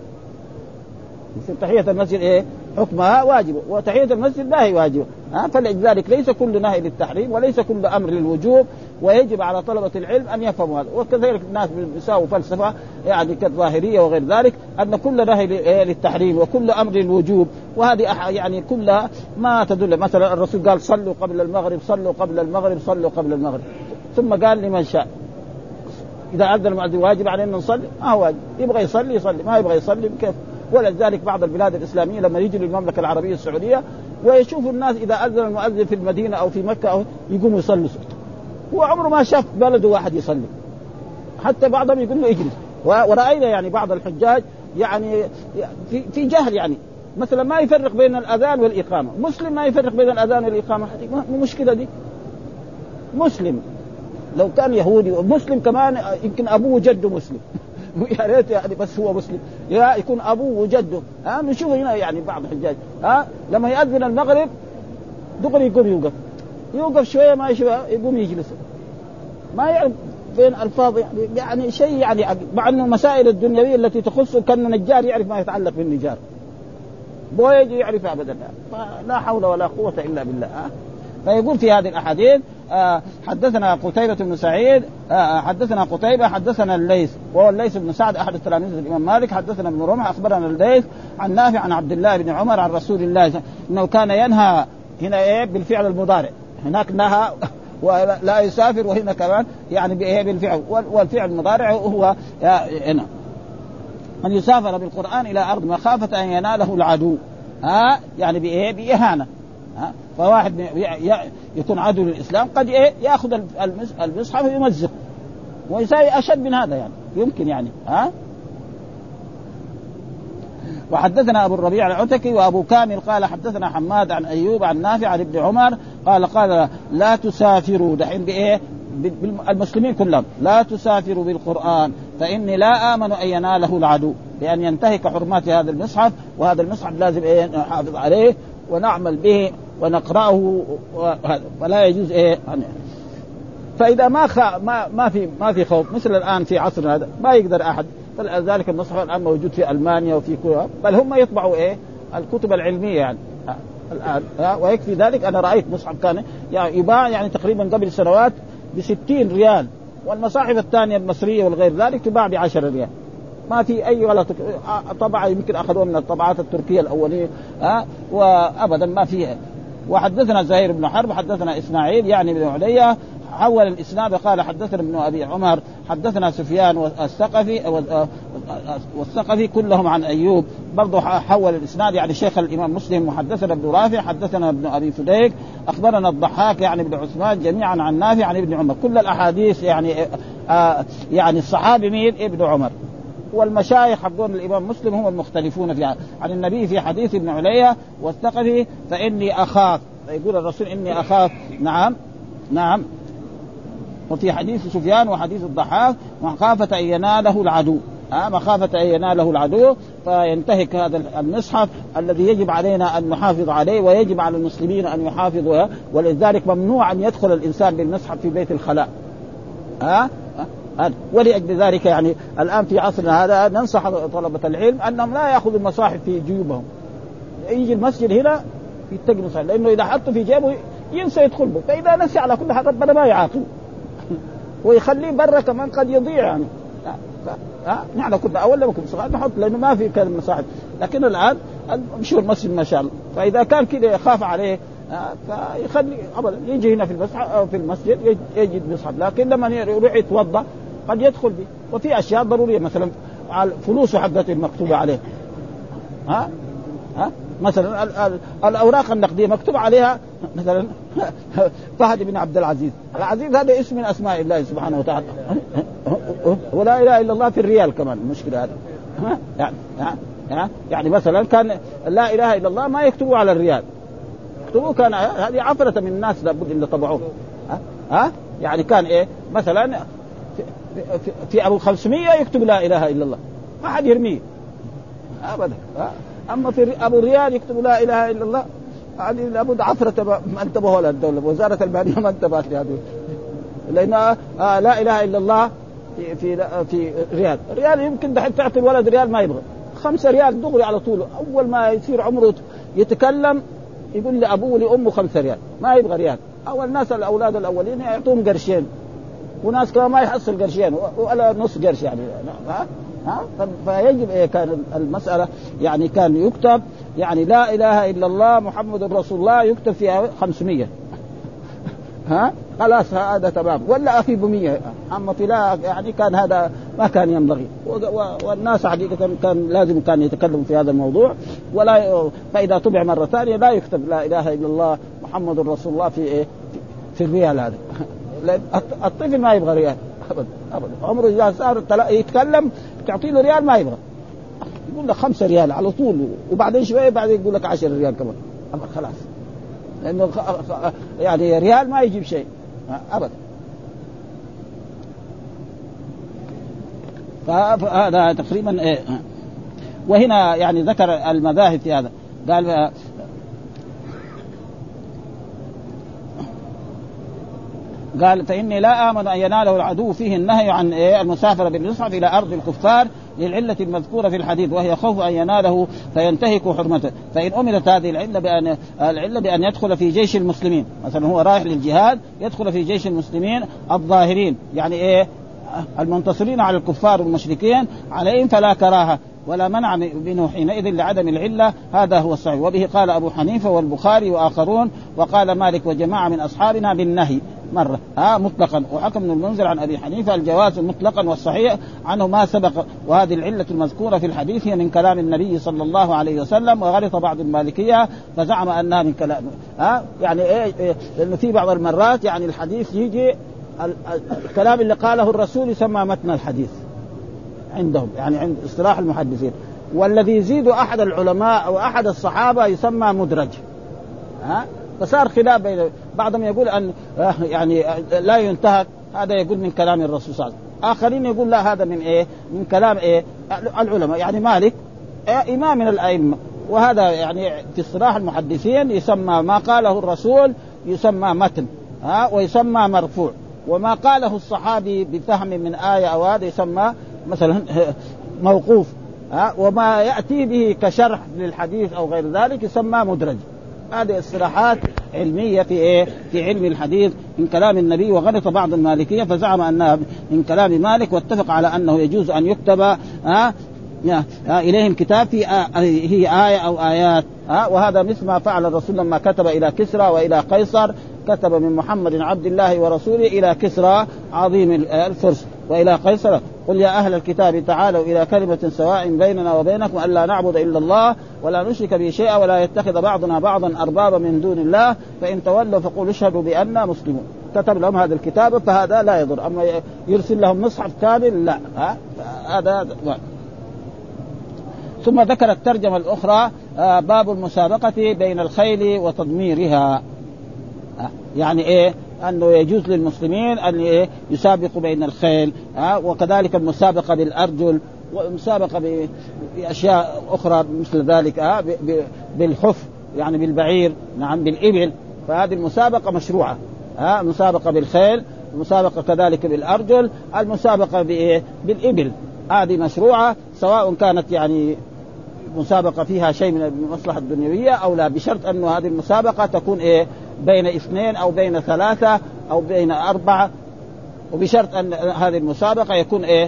S1: يصير تحية المسجد إيه حكمها واجبة وتحية المسجد لا هي واجبة ها. فلذلك ليس كل نهي للتحريم وليس كل أمر للوجوب، ويجب على طلبة العلم أن يفهموا هذا. وكذلك الناس بيساووا فلسفة يعني كالظاهرية وغير ذلك أن كل نهي للتحريم وكل أمر للوجوب، وهذه يعني كلها ما تدل. مثلا الرسول قال صلوا قبل المغرب صلوا قبل المغرب صلوا قبل المغرب، ثم قال لمن شاء إذا أذن المؤذن واجب علينا نصلي، ما هو واجب، يبغى يصلي يصلي ما يبغى يصلي كيف. ولذلك بعض البلاد الإسلامية لما يجي للمملكة العربية السعودية ويشوفوا الناس إذا أذن المؤذن في المدينة أو في مكة أو يقوموا يصلوا، هو عمره ما شاف بلده واحد يصلي، حتى بعضهم يقول له اجلس. ورأينا يعني بعض الحجاج يعني في في جهل، يعني مثلا ما يفرق بين الأذان والإقامة، مسلم ما يفرق بين الأذان والإقامة، المشكلة دي مسلم لو كان يهودي ومسلم كمان يمكن أبوه وجده مسلم يا ريت يعني بس هو مسلم يا يكون أبوه وجده ها. نشوف هنا يعني بعض الحجاج ها لما يأذن المغرب دغري يقوم يوقف يوقف شوية ما يشوف يقوم يجلس، ما يعرف بين الفاظ يعني, يعني شيء يعني، مع أنه مسائل الدنيوية التي تخصه كان نجار يعرف ما يتعلق بالنجار، بويجي يعرف أبدا، لا حول ولا قوة إلا بالله ها. فيقول في هذه الأحاديث آه حدثنا قتيبة بن سعيد آه حدثنا قتيبة حدثنا الليث وهو الليث بن سعد أحد التلاميذ الإمام مالك حدثنا ابن رمح أخبرنا الليث عن نافع عن عبد الله بن عمر عن رسول الله إنه كان ينهى هنا إيه بالفعل المضارع، هناك نهى ولا يسافر وهنا كمان يعني بإيه بالفعل، والفعل المضارع هو هنا أن يسافر بالقرآن إلى أرض مخافة أن يناله العدو ها يعني بإيه بإهانة ها. فواحد يكون عدو للإسلام قد إيه يأخذ المصحف ويمزق ويساوي أشد من هذا يعني يمكن يعني ها. وحدثنا أبو الربيع العتكي وأبو كامل قال حدثنا حماد عن أيوب عن نافع عن ابن عمر قال قال لا تسافروا دحين بإيه المسلمين كلهم لا تسافروا بالقرآن فإني لا آمن أن يناله العدو، بأن ينتهك حرمات هذا المصحف، وهذا المصحف لازم إيه نحافظ عليه ونعمل به ونقرأه ولا يجوز إيه يعني. فإذا ما خ... ما ما في ما في خوف مثل الآن في عصرنا هذا ما يقدر أحد، فلذلك المصحف الآن موجود في ألمانيا وفي كويت، بل هم يطبعوا إيه الكتب العلمية يعني الآن ها. ويكفي ذلك أنا رأيت مصحف كان يعني يباع يعني تقريبا قبل سنوات بستين ريال، والمصاحف الثانية المصرية والغير ذلك تباع بعشر ريال، ما في أي ولا طبعة يمكن أخذوها من الطبعات التركية الأولية ها وأبدا ما فيها. وحدثنا زهير بن حرب حدثنا إسماعيل يعني بن عليا حول الإسناد قال حدثنا ابن أبي عمر حدثنا سفيان والثقفي والثقفي كلهم عن أيوب برضو حول الإسناد يعني شيخ الإمام مسلم وحدثنا ابن رافع حدثنا ابن أبي فديك أخبرنا الضحاك يعني ابن عثمان جميعا عن نافع عن ابن عمر. كل الأحاديث يعني آه يعني الصحابي مين؟ ابن عمر. والمشايخ حقون الإمام مسلم هم المختلفون فيها. عن النبي في حديث ابن علية والثقفي فإني أخاف، يقول الرسول إني أخاف. نعم نعم. وفي حديث سفيان وحديث الضحاك مخافة أن يناله العدو، آه مخافة أن يناله العدو فينتهك هذا المصحف الذي يجب علينا أن نحافظ عليه ويجب على المسلمين أن يحافظوا، ولذلك ممنوع أن يدخل الإنسان بالمصحف في بيت الخلاء. آه؟ آه؟ ولأجل ذلك يعني الآن في عصرنا هذا ننصح طلبة العلم أنهم لا يأخذوا المصاحف في جيوبهم، يجي المسجد هنا يتقي المصحف، لأنه إذا حطه في جيبه ينسى يدخل به، فإذا نسي على كل حال ربنا ما يعاقب ويخليه برا كمان قد يضيع يعني. ها نحن كنا اول لما كنا صغار نحط لانه ما في كلمه مصاحف، لكن الان مشهور المسجد ما شاء الله، فاذا كان كده يخاف عليه فيخلي ابدا يجي هنا في المسجد في المسجد يجد مصحف، لكن لما يروح يتوضا قد يدخل به. وفي اشياء ضروريه مثلا على فلوسه حقته المكتوبه عليه، ها ها مثلا الاوراق النقديه مكتوب عليها مثلا فهد بن عبد العزيز. العزيز هذا اسم من اسماء الله سبحانه وتعالى، ولا اله الا الله في الريال كمان. المشكله هذه يعني يعني مثلا كان لا اله الا الله ما يكتبوا على الريال، يكتبوا كان هذه عفرة من الناس لابد اللي طبعوه. ها ها يعني كان ايه مثلا في, في, في ابو خمسمية يكتب لا اله الا الله ما حد يرميه ابدا. اما في ابو ريال يكتب لا اله الا الله، هذه لابد عفرة ما انتبهوا لها الدولة، وزارة المالية ما انتبهت لهذه، لأن آه لا إله إلا الله في في في ريال. ريال يمكن دحين تعطي الولد ريال ما يبغى، خمسة ريال دغري على طول. أول ما يصير عمره يتكلم يقول لأبوه ولأمه خمسة ريال، ما يبغى ريال. أول ناس الأولاد الأولين يعطوهم قرشين، وناس كمان ما يحصل قرشين ولا نص قرش يعني. ها ها فيجب إيه كان المسألة يعني كان يكتب يعني لا إله إلا الله محمد رسول الله يكتب فيها خمسمية ها خلاص هذا تمام، ولا في بمية. أما في لا يعني كان هذا ما كان ينبغي، والناس حقيقة كان لازم كان يتكلموا في هذا الموضوع. ولا فإذا طبع مرة ثانية لا يكتب لا إله إلا الله محمد رسول الله في إيه في الريال هذا. الطفل ما يبغى ريال أبدا أبدا، عمره إذا صار يتكلم تعطي له ريال ما يبغى، يقول لك خمسة ريال على طول، وبعدين شوية بعدين يقول لك عشر ريال كمان خلاص، لأنه يعني ريال ما يجيب شيء أبدا. فهذا تقريبا إيه. وهنا يعني ذكر المذاهب في هذا، قال قال فإني لا آمن أن يناله العدو. فيه النهي عن إيه المسافرة بالمصحف إلى أرض الكفار للعلة المذكورة في الحديث، وهي خوف أن يناله فينتهك حرمته. فإن أمرت هذه العلة بأن العلة بأن يدخل في جيش المسلمين، مثلا هو رايح للجهاد يدخل في جيش المسلمين الظاهرين يعني إيه المنتصرين على الكفار والمشركين عليهم، فلا كراهة ولا منع منه حينئذ لعدم العلة. هذا هو الصحيح. وبه قال أبو حنيفة والبخاري وآخرون، وقال مالك وجماعة من أصحابنا بالنهي مرة آه مطلقا. وحكم ابن المنذر عن أبي حنيفة الجواز مطلقا، والصحيح عنه ما سبق. وهذه العلة المذكورة في الحديث هي من كلام النبي صلى الله عليه وسلم. وغلط بعض المالكية فزعم أنها من كلام آه يعني إيه, إيه لأنه في بعض المرات يعني الحديث يجي الكلام اللي قاله الرسول يسمى متن الحديث عندهم، يعني عند اصطلاح المحدثين. والذي يزيد أحد العلماء أو أحد الصحابة يسمى مدرج. ها فصار خلاف بين بعضهم يقول أن يعني لا ينتهك، هذا يقول من كلام الرسول صلى الله عليه وسلم. آخرين يقول لا هذا من إيه من كلام إيه العلماء. يعني مالك إيه إمام من الأئمة، وهذا يعني في اصطلاح المحدثين يسمى ما قاله الرسول يسمى متن ها ويسمى مرفوع، وما قاله الصحابي بفهم من آية أو هذا يسمى مثلا موقوف ها وما يأتي به كشرح للحديث أو غير ذلك يسمى مدرج. هذه اصطلاحات علمية في إيه في علم الحديث من كلام النبي. وغلط بعض المالكية فزعم أنها من كلام مالك، واتفق على أنه يجوز أن يكتب ها إليهم كتاب في آه هي آية أو آيات ها وهذا مثل ما فعل الرسول لما كتب إلى كسرى وإلى قيصر، كتب من محمد عبد الله ورسوله إلى كسرى عظيم الفرس وإلى قيصر قل يا أهل الكتاب تعالوا إلى كلمة سواء بيننا وبينكم ألا نعبد إلا الله ولا نشرك به شيئا ولا يتخذ بعضنا بعضا أربابا من دون الله فإن تولوا فقولوا اشهدوا بأننا مسلمون. كتب لهم هذا الكتاب فهذا لا يضر، أما يرسل لهم مصحف كامل لا، هذا. ثم ذكر الترجمة الأخرى باب المسابقة بين الخيل وتضميرها، يعني إيه؟ أنه يجوز للمسلمين أن إيه؟ يسابقوا بين الخيل، وكذلك المسابقة بالأرجل والمسابقة بأشياء أخرى مثل ذلك، بالحف يعني بالبعير، نعم بالإبل، فهذه المسابقة مشروعة. مسابقة بالخيل، المسابقة كذلك بالأرجل، المسابقة بالإبل هذه مشروعة، سواء كانت يعني مسابقة فيها شيء من المصلحة الدنيوية أو لا، بشرط أن هذه المسابقة تكون إيه بين اثنين أو بين ثلاثة أو بين أربعة، وبشرط أن هذه المسابقة يكون إيه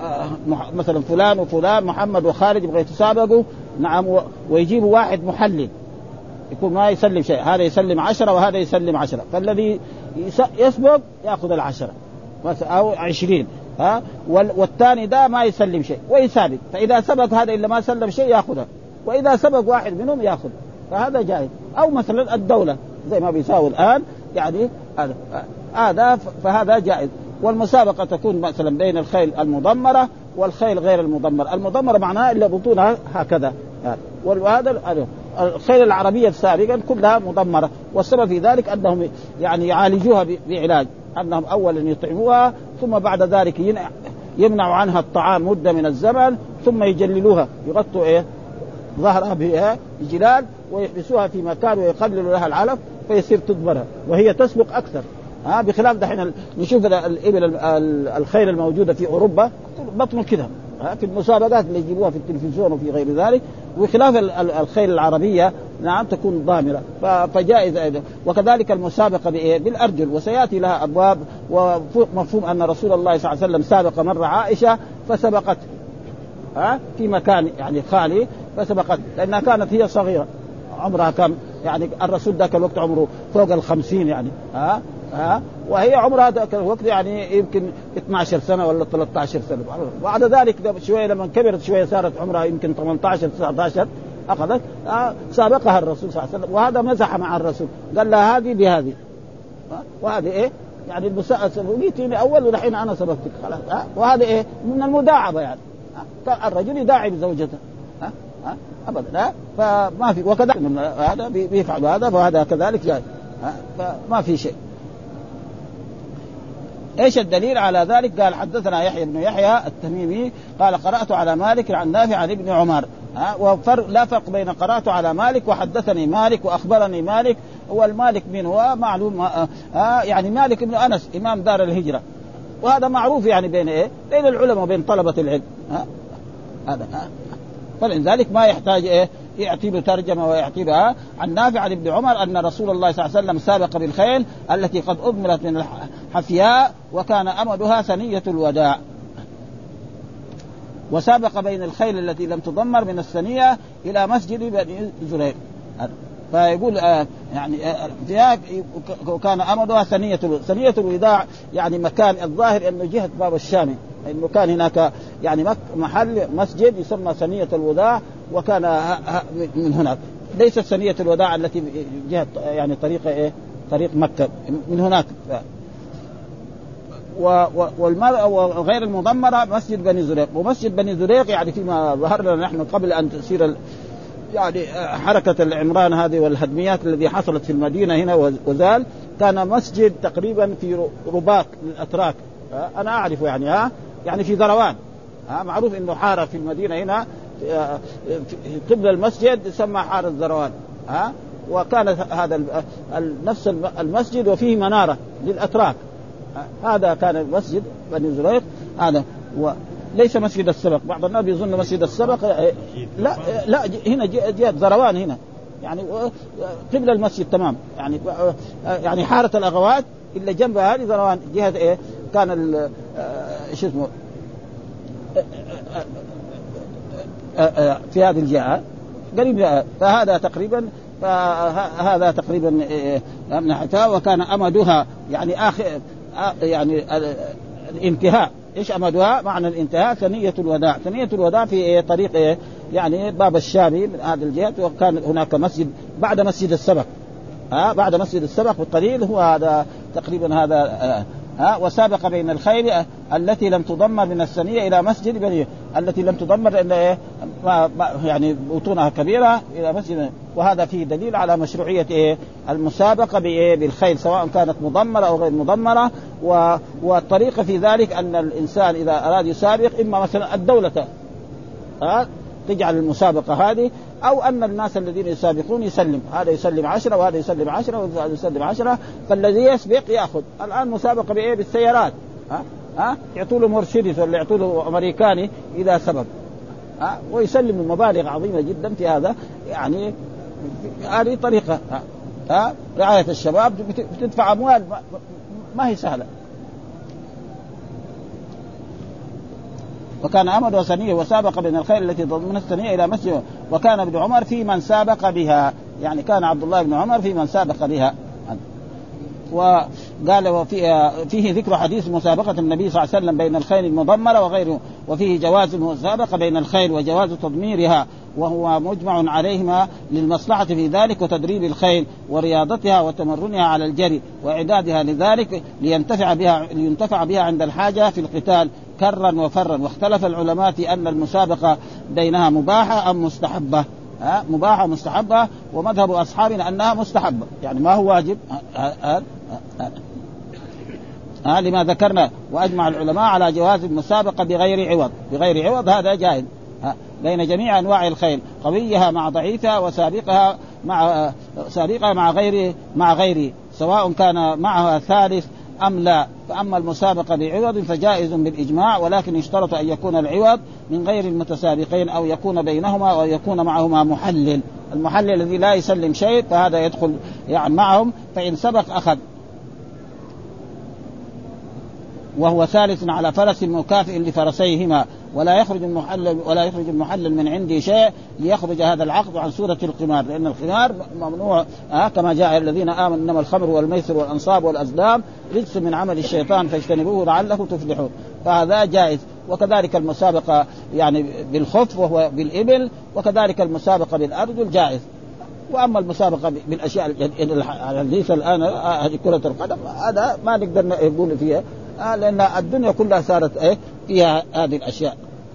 S1: مثلا فلان وفلان محمد وخالد يبغى يتسابقوا، نعم، ويجيبوا واحد محلل يكون ما يسلم شيء، هذا يسلم عشرة وهذا يسلم عشرة، فالذي يسبق يأخذ العشرة أو عشرين، ها، والثاني ده ما يسلم شيء ويسابق، فإذا سبق هذا إلا ما سلم شيء يأخذه، وإذا سبق واحد منهم يأخذ، فهذا جائز. أو مثلا الدولة زي ما بيساوي الآن، يعني هذا هذا فهذا جائز. والمسابقة تكون مثلا بين الخيل المضمرة والخيل غير المضمرة. المضمرة معناها إلا بطونها هكذا، وهذا الخيل العربية السابقا كلها مضمرة، والسبب في ذلك أنهم يعني يعالجوها بعلاج، أنهم أولا يطعموها ثم بعد ذلك يمنعوا عنها الطعام مدة من الزمن، ثم يجللوها يغطوا إيه ظهرها بجلال ويحبسوها في مكان ويقللوا لها العلف فيصير تدبرها وهي تسبق أكثر. ها بخلاف دحين نشوف الإبل الخيل الموجودة في أوروبا بطنوا كده في المسابقات اللي يجيبوها في التلفزيون وفي غير ذلك، وخلاف الخيل العربية نعم تكون ضامرة فجائز أيضا. وكذلك المسابقة بالأرجل، وسيأتي لها أبواب، ومفهوم أن رسول الله صلى الله عليه وسلم سابق مرة عائشة فسبقت ها في مكان يعني خالي فسبقت، لأنها كانت هي صغيرة عمرها كم يعني الرسول ذاك الوقت عمره فوق الخمسين يعني ها ها وهي عمرها ذاك الوقت يعني يمكن اثنتي عشرة سنة ولا ثلاثة عشر سنة. بعد ذلك شوية لما كبرت شوية صارت عمرها يمكن ثمانية عشر تسعة عشر أخذت سابقها الرسول صلى الله عليه وسلم، وهذا مزح مع الرسول قال لها هذه بهذه وهذه إيه يعني المسابقة جيتيني أول ولحين أنا سبقتك خلاص، وهذا إيه من المداعبة يعني الرجل يداعب زوجته ها ها ابدا، فما في. وكذا هذا بيفعل هذا فهذا كذلك جائز، فما في شيء. ايش الدليل على ذلك؟ قال حدثنا يحيى بن يحيى التميمي قال قرأت على مالك عن نافع عن ابن عمر، وفرق لا فرق بين قرأت على مالك وحدثني مالك واخبرني مالك. هو المالك من هو معلوم، يعني مالك بن انس امام دار الهجرة، وهذا معروف يعني بين ايه بين العلماء وبين طلبة العلم، هذا فلذلك ما يحتاج ايه يعطي له ترجمه ويعطي لها. عن نافع عن ابن عمر ان رسول الله صلى الله عليه وسلم سابق بالخيل التي قد اضمرت من الحفياء وكان امدها ثنيه الوداع، وسابق بين الخيل التي لم تضمر من الثنيه الى مسجد بني زريق. فيقول آه يعني آه وكان امدها ثنيه ثنيه الوداع، يعني مكان الظاهر انه جهه باب الشام، انه كان هناك يعني محل مسجد يسمى ثنيه الوداع، وكان من هناك ليست ثنيه الوداع التي جهه يعني طريقه ايه طريق مكه، من هناك. والمرأة وغير المضمرة مسجد بني زريق. ومسجد بني زريق يعني فيما ظهر لنا نحن قبل أن تصير يعني حركة العمران هذه والهدميات الذي حصلت في المدينة هنا وزال، كان مسجد تقريبا في رباط للأتراك، أنا أعرف يعني ها يعني في ذروان، ها معروف إنه حارة في المدينة هنا قبل المسجد يسمى حارة ذروان، ها وكان هذا نفس المسجد وفيه منارة للأتراك، هذا كان المسجد بني زريق. هذا وليس مسجد السبق، بعض الناس يظن مسجد السبق لا لا هنا جهة ذروان هنا يعني قبل المسجد تمام، يعني يعني حارة الأغوات إلا جنبها هذه ذروان جهة إيه كان ايش اسمه في هذه الجهة قريب، فهذا تقريبا فهذا تقريبا من حتى وكان أمدها يعني آخر يعني الانتهاء إيش أمدها؟ معنى الانتهاء ثنية الوداع. ثنية الوداع في إيه؟ طريق إيه؟ يعني باب الشامي من هذا الجهة، وكان هناك مسجد بعد مسجد السبق، ها بعد مسجد السبق بالقليل، هو هذا تقريبا هذا آه. ها وسابق بين الخيل التي لم تضمر من الثنية إلى مسجد بني، التي لم تضمر لأن إيه؟ يعني بطونها كبيرة إلى مسجد. وهذا فيه دليل على مشروعية إيه؟ المسابقة بإيه؟ بالخيل، سواء كانت مضمرة أو غير مضمرة. و... والطريقة في ذلك أن الإنسان إذا أراد يسابق، إما مثلا الدولة ها تجعل المسابقة هذه، أو أن الناس الذين يسابقون يسلم، هذا يسلم عشرة وهذا يسلم عشرة وهذا يسلم عشرة، فالذي يسبق يأخذ. الآن مسابقة بإيه؟ بالسيارات، ها ها يعطوا له مرسيدس ولا يعطوا له أمريكاني إذا سبق، ها ويسلم مبالغ عظيمة جدا في هذا. يعني هذه طريقة ها, ها رعاية الشباب، بتدفع أموال ما هي سهلة. وكان أمد وثنية وسابق بين الخيل التي ضمن الثنية إلى مسجد. وكان ابن عمر في من سابق بها، يعني كان عبد الله بن عمر في من سابق بها. وقال وفيه فيه ذكر حديث مسابقة النبي صلى الله عليه وسلم بين الخيل المضمرة وغيره، وفيه جواز المسابقة بين الخيل وجواز تضميرها، وهو مجمع عليهما للمصلحة في ذلك وتدريب الخيل ورياضتها وتمرنها على الجري وإعدادها لذلك لينتفع بها لينتفع بها عند الحاجة في القتال كرا وفرا. واختلف العلماء في أن المسابقة بينها مباحة أم مستحبة. ها مباحة مستحبة، ومذهب أصحابنا أنها مستحبة، يعني ما هو واجب. ها ها ها ها لما ذكرنا. وأجمع العلماء على جواز المسابقة بغير عوض. بغير عوض هذا جائز بين جميع أنواع الخيل، قويها مع ضعيفها، وسابقها مع سابقها مع غير مع غيره، سواء كان معها ثالث أم لا. فأما المسابقة بعوض فجائز بالإجماع، ولكن يشترط أن يكون العوض من غير المتسابقين، أو يكون بينهما أو يكون معهما محلل. المحلل الذي لا يسلم شيء فهذا يدخل يعني معهم، فإن سبق أخذ. وهو ثالث على فرس مكافئ لفرسيهما، ولا يخرج المحلل ولا يخرج المحلل من عندي شيء ليخرج هذا العقد عن سورة القمار، لأن القمار ممنوع آه كما جاء الذين آمنوا إنما الخمر والميسر والأنصاب والأزلام رجس من عمل الشيطان فاجتنبوه لعلكم تفلحون، فهذا جائز. وكذلك المسابقة يعني بالخف وهو بالإبل، وكذلك المسابقة بالأرجل جائز. وأما المسابقة بالأشياء الحديثة الآن هذه كرة القدم، هذا ما نقدر نقول فيها آه لأن الدنيا كلها صارت إيه فيها هذه الأشياء.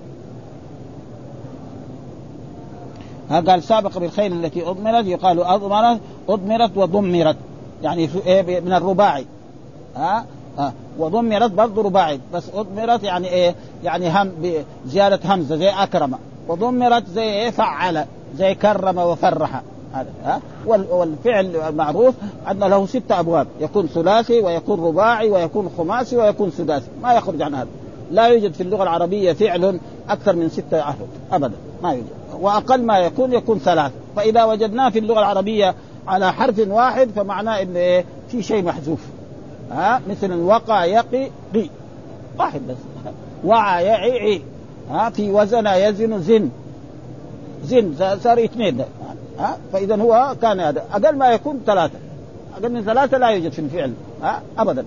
S1: ها قال سابق بالخيل التي أضمرت، يقال أضمرت أضمرت وضمرت، يعني إيه من الرباعي. ها آه وضمرت برضو رباعي، بس أضمرت يعني إيه يعني هم بزيادة همزة زي أكرم، وضمرت زي إيه فعل زي كرم وفرح. هذا والفعل المعروف أن له ستة أبواب، يكون ثلاثي ويكون رباعي ويكون خماسي ويكون سداسي، ما يخرج عن هذا. لا يوجد في اللغة العربية فعل أكثر من ستة أحرف أبدا، ما يوجد، وأقل ما يكون يكون ثلاث. فإذا وجدناه في اللغة العربية على حرف واحد فمعناه إن إيه في شيء محذوف. ها مثل وقع يقي قي واحد بس، وعى يعي. ها في وزن يزن زن زن صار اثنين ده. ها فإذا هو كان هذا أقل ما يكون ثلاثة، أقل من ثلاثة لا يوجد في الفعل ها أبدا.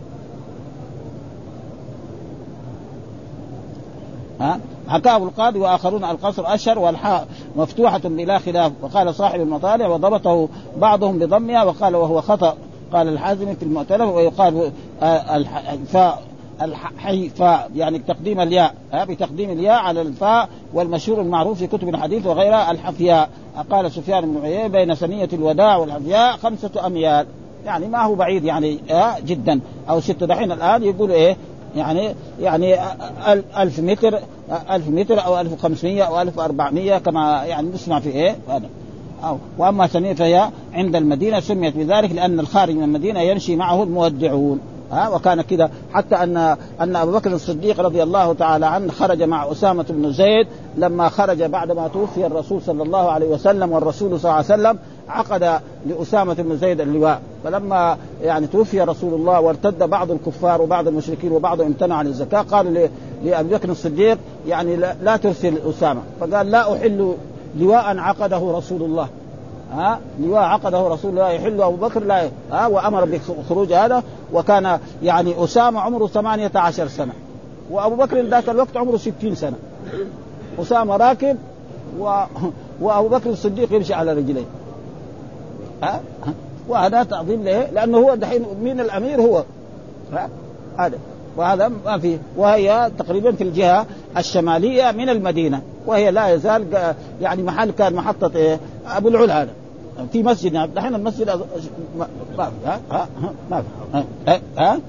S1: ها حكاه القاضي وآخرون القصر أشهر والحاء مفتوحة بلا خلاف، وقال صاحب المطالع وضبطه بعضهم بضمها وقال وهو خطأ. قال الحازم في المؤتلف ويقال الفاء الحيفاء يعني تقديم الياء بتقديم الياء على الفاء، والمشهور المعروف في كتب الحديث وغيرها الحفياء. قال سفيان بن عيينة بين ثنية الوداع والحفياء خمسة أميال، يعني ما هو بعيد يعني جدا أو ستة. دحين الآن يقول إيه يعني يعني ألف متر ألف متر أو ألف وخمسمائة أو ألف وأربعمائة كما يعني نسمع في إيه هذا. أو وأما ثنية فهي عند المدينة سميت بذلك لأن الخارج من المدينة يمشي معه المودعون. ها وكان كده حتى أن أن أبو بكر الصديق رضي الله تعالى عنه خرج مع أسامة بن زيد لما خرج بعدما توفي الرسول صلى الله عليه وسلم، والرسول صلى الله عليه وسلم عقد لأسامة بن زيد اللواء. فلما يعني توفي رسول الله وارتد بعض الكفار وبعض المشركين وبعضهم امتنع عن الزكاة، قالوا لأبي بكر الصديق يعني لا, لا ترسل أسامة، فقال لا أحل لواء عقده رسول الله. ها لواء عقده رسول الله يحل أبو بكر لا ها وأمر بخروج هذا. وكان يعني أسامة عمره ثمانية عشر سنة وأبو بكر ذاك الوقت عمره ستين سنة، أسامة راكب و... وأبو بكر الصديق يمشي على رجليه. ها وهذا تعظيم له، لأنه هو دحين مين الأمير هو هذا، وهذا ما فيه. وهي تقريبا في الجهة الشمالية من المدينة، وهي لا يزال يعني محل كان محطة إيه أبو العلا هذا في مسجد دحين المسجد ما ما ها ها ما ها ها, ها؟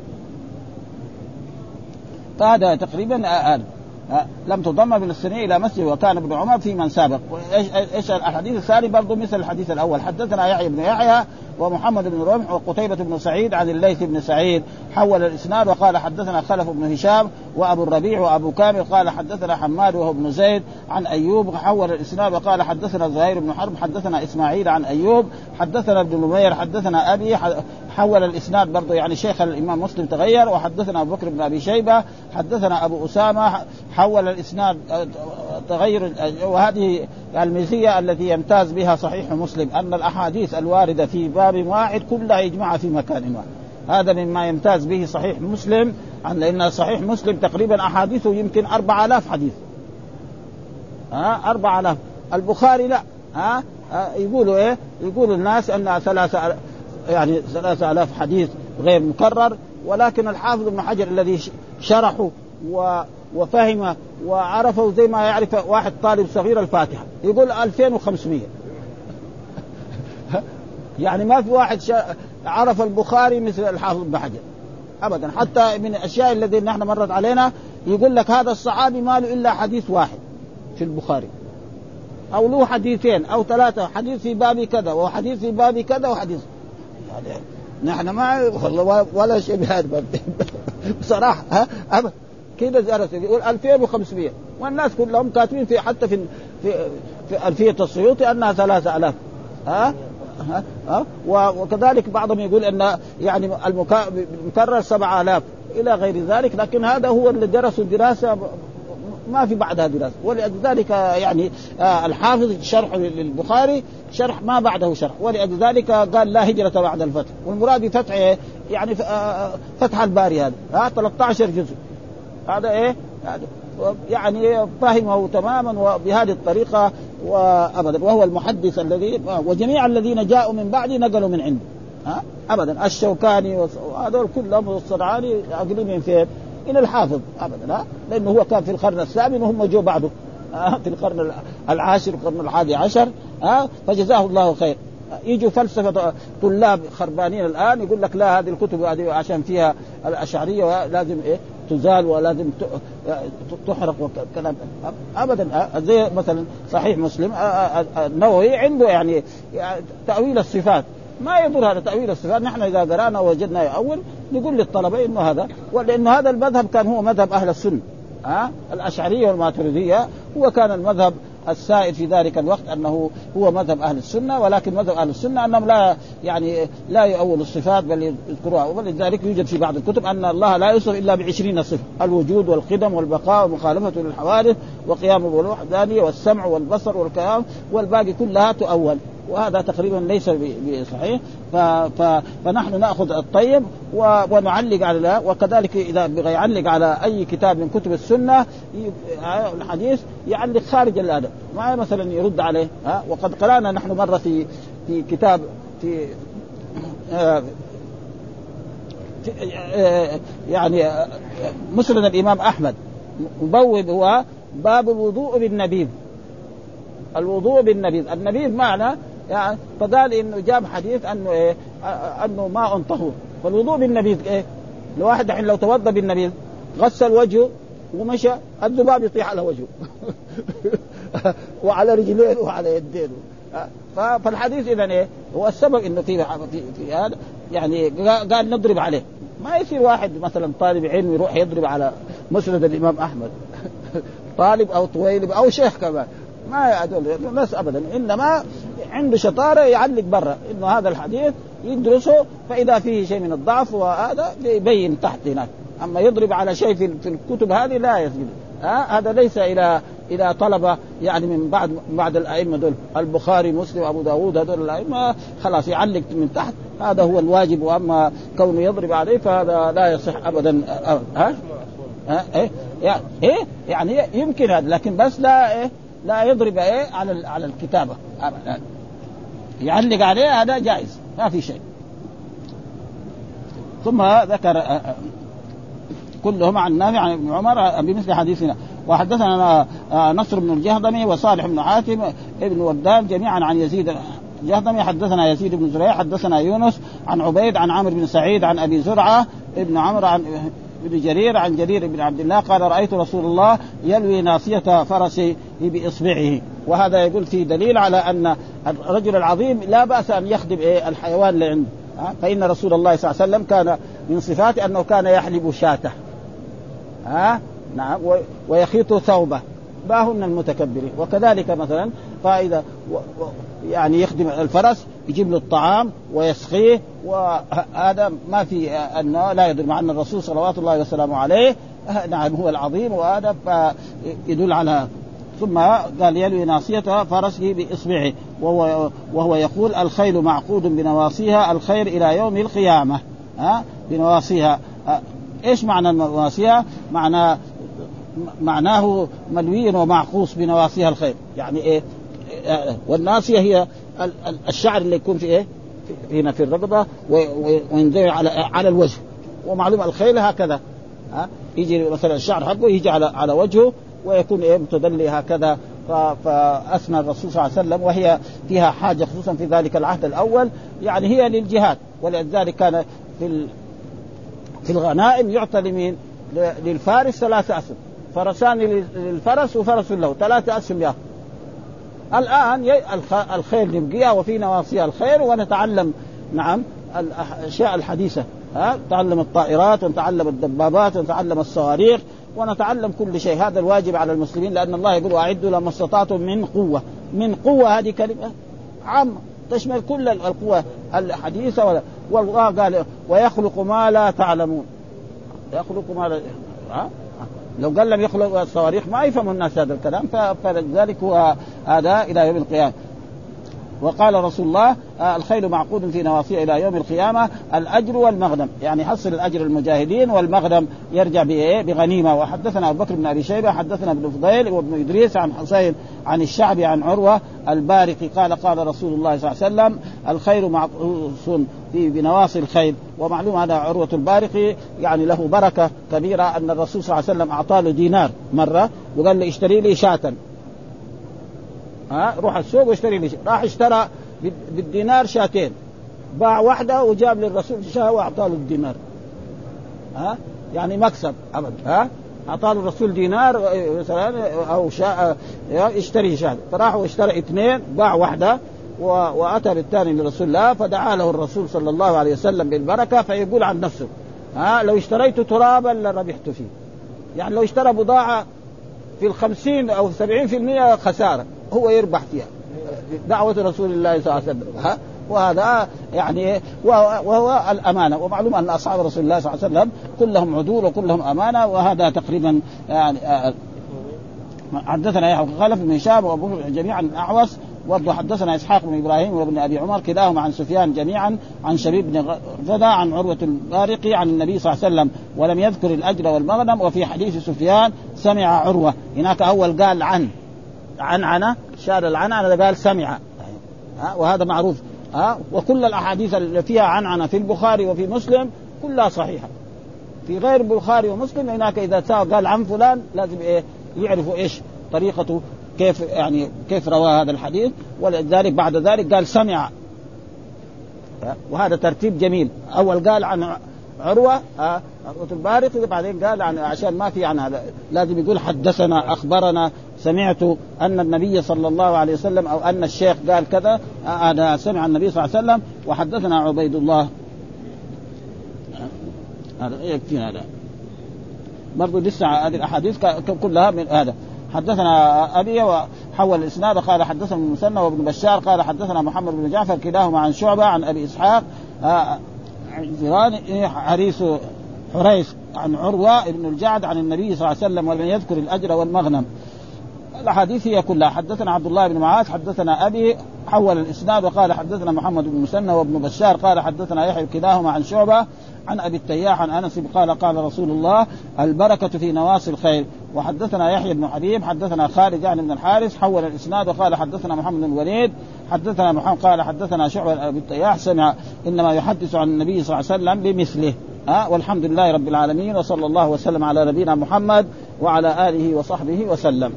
S1: فهذا تقريبا آه لم تضم من السنين إلى مسجد، وكان ابن عمر في من سابق. وإيش إيش الحديث الثاني برضو مثل الحديث الأول. حدثنا يحيى بن يحيى ومحمد بن رمح وقتيبة بن سعيد عن الليث بن سعيد حول الإسناد وقال حدثنا خلف بن هشام وأبو الربيع وأبو كامل قال حدثنا حماد وهو بن زيد عن أيوب حول الإسناد وقال حدثنا زهير بن حرب حدثنا إسماعيل عن أيوب حدثنا ابن نمير حدثنا أبي حول الإسناد برضو يعني شيخ الإمام مسلم تغير. وحدثنا أبو بكر بن أبي شيبة حدثنا أبو أسامة حول الإسناد تغير. وهذه الميزية التي يمتاز بها صحيح مسلم أن الأحاديث الواردة في باب واحد كلها يجمع في مكان واحد. هذا مما يمتاز به صحيح مسلم، لأن صحيح مسلم تقريبا أحاديثه يمكن أربع آلاف حديث. ها أربع آلاف. البخاري لا، ها يقولوا إيه يقولوا الناس أن ثلاثة يعني ثلاثة آلاف حديث غير مكرر، ولكن الحافظ ابن حجر الذي شرحه و وفهم وعرفه زي ما يعرف واحد طالب صغير الفاتحة يقول ألفين وخمسمائة. يعني ما في واحد عرف البخاري مثل الحافظ ابن حجر أبدا. حتى من الأشياء الذي نحن مرت علينا يقول لك هذا الصحابي ما له إلا حديث واحد في البخاري، أو له حديثين أو ثلاثة، حديث في باب كذا وحديث في باب كذا وحديث يعني نحن ما والله ولا شيء بهذا بصراحة. ها أبدا كده درس يقول ألفين وخمسمائة، والناس كلهم كاتبين في حتى في في, في ألفية السيوطي أنها ثلاثة آلاف. ها ها, ها؟ وكذلك بعضهم يقول أن يعني المكرر سبعة آلاف إلى غير ذلك، لكن هذا هو اللي درسوا دراسة ما في بعدها دراسة. ولذلك يعني الحافظ شرح للبخاري شرح ما بعده شرح، ولذلك قال لا هجرة بعد الفتح. والمراد بفتح يعني فتح الباري هذا ها ثلاثة عشر جزء، هذا ايه يعني فهمه تماما وبهذه الطريقة وأبدا. وهو المحدث الذي وجميع الذين جاءوا من بعدي نقلوا من عنده ها أبدا. الشوكاني وهذول كلهم والصنعاني أقل من فين إلى الحافظ أبدا ها، لأنه هو كان في القرن الثامن وهم جو بعده ها في القرن العاشر والقرن الحادي عشر ها، فجزاه الله خير. يجوا فلسفة طلاب خربانين الآن يقول لك لا هذه الكتب هذه عشان فيها الأشعرية لازم إيه تزال ولازم تحرق وكلام أبدا. زي مثلا صحيح مسلم النووي عنده يعني تأويل الصفات ما يضر هذا تأويل الصفات. نحن إذا قرأنا وجدنا أول نقول للطلبة إنه هذا، ولأنه هذا المذهب كان هو مذهب أهل السنة ها الأشعرية والماتريدية، هو كان المذهب السائد في ذلك الوقت أنه هو مذهب أهل السنة. ولكن مذهب أهل السنة أنهم لا يعني لا يؤول الصفات بل يذكروها. ولذلك يوجد في بعض الكتب أن الله لا يوصف إلا بعشرين صفة: الوجود والقدم والبقاء ومخالفة للحوادث وقيام بالوحدانية والسمع والبصر والكلام، والباقي كلها تؤول، وهذا تقريبا ليس بصحيح. ف... ف... فنحن نأخذ الطيب و... ونعلق على، وكذلك إذا بغى يعلق على أي كتاب من كتب السنة الحديث يعلق خارج الأدب ما مثلا يرد عليه ها. وقد قرأنا نحن مرة في في كتاب في آه في آه يعني آه مسند الإمام أحمد مبوب هو باب الوضوء بالنبيذ. الوضوء بالنبيذ، النبيذ معنى يعني فقال إنه جاب حديث أنه إيه أنه ماء طهور. فالوضوء بالنبيذ إيه؟ الواحد الحين لو توضأ بالنبيذ غسل وجهه ومشى الذباب يطيح على وجهه وعلى رجلين وعلى يدين. فالحديث إذن إيه هو السبب إنه في في هذا يعني قال نضرب عليه. ما يصير واحد مثلا طالب علم يروح يضرب على مسند الإمام أحمد طالب أو طويلب أو شيخ كمان ما يعدل الناس أبدا، إنما عنده شطارة يعلق برا إنه هذا الحديث يدرسه، فإذا فيه شيء من الضعف وهذا يبين تحت هناك. أما يضرب على شيء في الكتب هذه لا يسجد. ها هذا ليس إلى إلى طلبة يعني من بعد بعد الأئمة دول البخاري مسلم أبو داود هذول الأئمة خلاص يعلق من تحت، هذا هو الواجب. وأما كونه يضرب عليه فهذا لا يصح أبدا. ها ها إيه يعني ايه يعني يمكن هذا، لكن بس لا ايه لا يضرب ايه على على الكتابه، يعلق عليه هذا جائز ما في شيء. ثم ذكر كلهم عن نافع عن ابن عمر بمثل حديثنا. وحدثنا نصر بن الجهضمي وصالح بن حاتم ابن ودان جميعا عن يزيد الجهضمي حدثنا يزيد بن زريع حدثنا يونس عن عبيد عن عمرو بن سعيد عن أبي زرعة ابن عمرو عن ابن جرير عن جرير بن عبد الله قال رأيت رسول الله يلوي ناصية فرسه بإصبعه. وهذا يقول فيه دليل على أن الرجل العظيم لا بأس أن يخدم إيه الحيوان اللي عنده، فإن رسول الله صلى الله عليه وسلم كان من صفاته أنه كان يحلب شاته ها نعم ويخيط ثوبه باهن المتكبرين. وكذلك مثلا فإذا يعني يخدم الفرس يجيب له الطعام ويسقيه، وهذا ما في أنه لا يدل، مع أن الرسول صلوات الله وسلامه عليه نعم هو العظيم، وهذا يدل على. ثم قال يلوي ناصية فرسه بإصبعه، وهو, وهو يقول الخيل معقود بنواصيها الخير إلى يوم القيامة. ها بنواصيها إيش معنى نواصيها؟ معنى معناه ملوي ومعقوس بنواصيها الخير، يعني إيه؟ والناصية هي الشعر اللي يكون في إيه هنا في الرقبة وينزل على على الوجه، ومعلوم الخيل هكذا ها يجي مثلا الشعر حقه يجي على على وجهه ويكون إيه متدلي هكذا. فأثنى الرسول صلى الله عليه وسلم، وهي فيها حاجة خصوصا في ذلك العهد الأول، يعني هي للجهاد. ولذلك كان في في الغنائم يعطى لمين؟ للفارس ثلاثة أسهم، فرسان للفرس وفرس له ثلاثة أسهم ياخذ. الآن الخير نبقيها وفي نواصيها الخير، ونتعلم نعم الأشياء الحديثة، ها نتعلم الطائرات ونتعلم الدبابات ونتعلم الصواريخ ونتعلم كل شيء. هذا الواجب على المسلمين، لأن الله يقول أعدوا لما استطعتم من قوة. من قوة هذه كلمة عامة تشمل كل القوة الحديثة. والله قال ويخلق ما لا تعلمون، يخلق ما لا ها؟ لو قال لم يخلق الصواريخ ما يفهم الناس هذا الكلام، فلذلك هو هذا إلى يوم القيامة. وقال رسول الله الخيل معقود في نواصيه إلى يوم القيامة الأجر والمغنم، يعني حصل الأجر المجاهدين والمغنم يرجع بغنيمة. وحدثنا أبو بكر بن أبي شيبة حدثنا ابن فضيل وابن إدريس عن حسين عن الشعبي عن عروة البارقي قال قال رسول الله صلى الله عليه وسلم الخير معقوس في بنواصي الخيل. ومعلوم هذا عروة البارقي يعني له بركة كبيرة، أن الرسول صلى الله عليه وسلم أعطاه له دينار مرة وقال له اشتري لي شاة، ها روح السوق واشتري لي. راح اشترى بالدينار شاتين، باع واحدة وجاب للرسول شاة واعطاه الدينار، ها يعني مكسب أبدا. ها أعطاه الرسول دينار مثلا أو شاة اشتري شاة، فراح واشترى اثنين باع واحدة وأتى بالثاني لرسول الله، فدعا له الرسول صلى الله عليه وسلم بالبركة. فيقول عن نفسه ها لو اشتريت ترابا لربحت فيه، يعني لو اشترى بضاعة في الخمسين أو سبعين في المئة خسارة هو يربح فيها، دعوة رسول الله صلى الله عليه وسلم. ها وهذا يعني وهو الأمانة. ومعلوم أن أصحاب رسول الله صلى الله عليه وسلم كلهم عدول وكلهم أمانة، وهذا تقريبا يعني حدثنا يحيى خلف بن هشام وأبو جميعا أعوص. وابو حدثنا إسحاق بن إبراهيم وابن أبي عمر كلاهما عن سفيان جميعا عن شبيب بن غدا عن عروة البارقي عن النبي صلى الله عليه وسلم، ولم يذكر الأجر والمغنم. وفي حديث سفيان سمع عروة، هناك أول قال عن عن عنا شار العن هذا قال سمع، ها وهذا معروف. ها وكل الأحاديث اللي فيها عن عنا في البخاري وفي مسلم كلها صحيحة. في غير البخاري ومسلم هناك إذا قال عن فلان لازم إيه يعرفوا إيش طريقته كيف يعني كيف روى هذا الحديث. ولذلك بعد ذلك قال سمع، وهذا ترتيب جميل. أول قال عن عروة عروة البارقي، بعدين قال عن عشان ما في عن هذا لازم يقول حدثنا أخبرنا سمعت أن النبي صلى الله عليه وسلم أو أن الشيخ قال كذا، أنا سمع النبي صلى الله عليه وسلم. وحدثنا عبيد الله، هذا يكفينا هذا برضو لسه هذه الأحاديث كلها من هذا. حدثنا أبي وحول الإسناد قال حدثنا المثنى وابن بشار قال حدثنا محمد بن جعفر كلاهما عن شعبة عن أبي إسحاق حريث حريث عن عروة ابن الجعد عن النبي صلى الله عليه وسلم ولم يذكر الأجر والمغنم. الأحاديث هي كلها. حدثنا عبد الله بن معاذ حدثنا أبي حول الإسناد وقال حدثنا محمد بن مسنى وابن بشار قال حدثنا يحيى كلاهما عن شعبة عن أبي التياح عن أنس قال قال رسول الله البركة في نواصي الخير. وحدثنا يحيى بن حبيب حدثنا خالد يعني بن الحارث حول الإسناد وقال حدثنا محمد بن الوليد حدثنا محمد قال حدثنا شعبة أبي التياح سمع إنما يحدث عن النبي صلى الله عليه وسلم بمثله. ها والحمد لله رب العالمين وصلى الله وسلم على نبينا محمد وعلى آله وصحبه وسلم.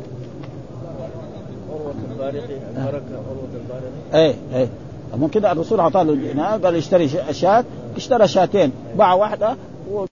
S1: ايه ايه ممكن الرسول عطاه له قال اشتري شاة اشترى شاتين باع واحدة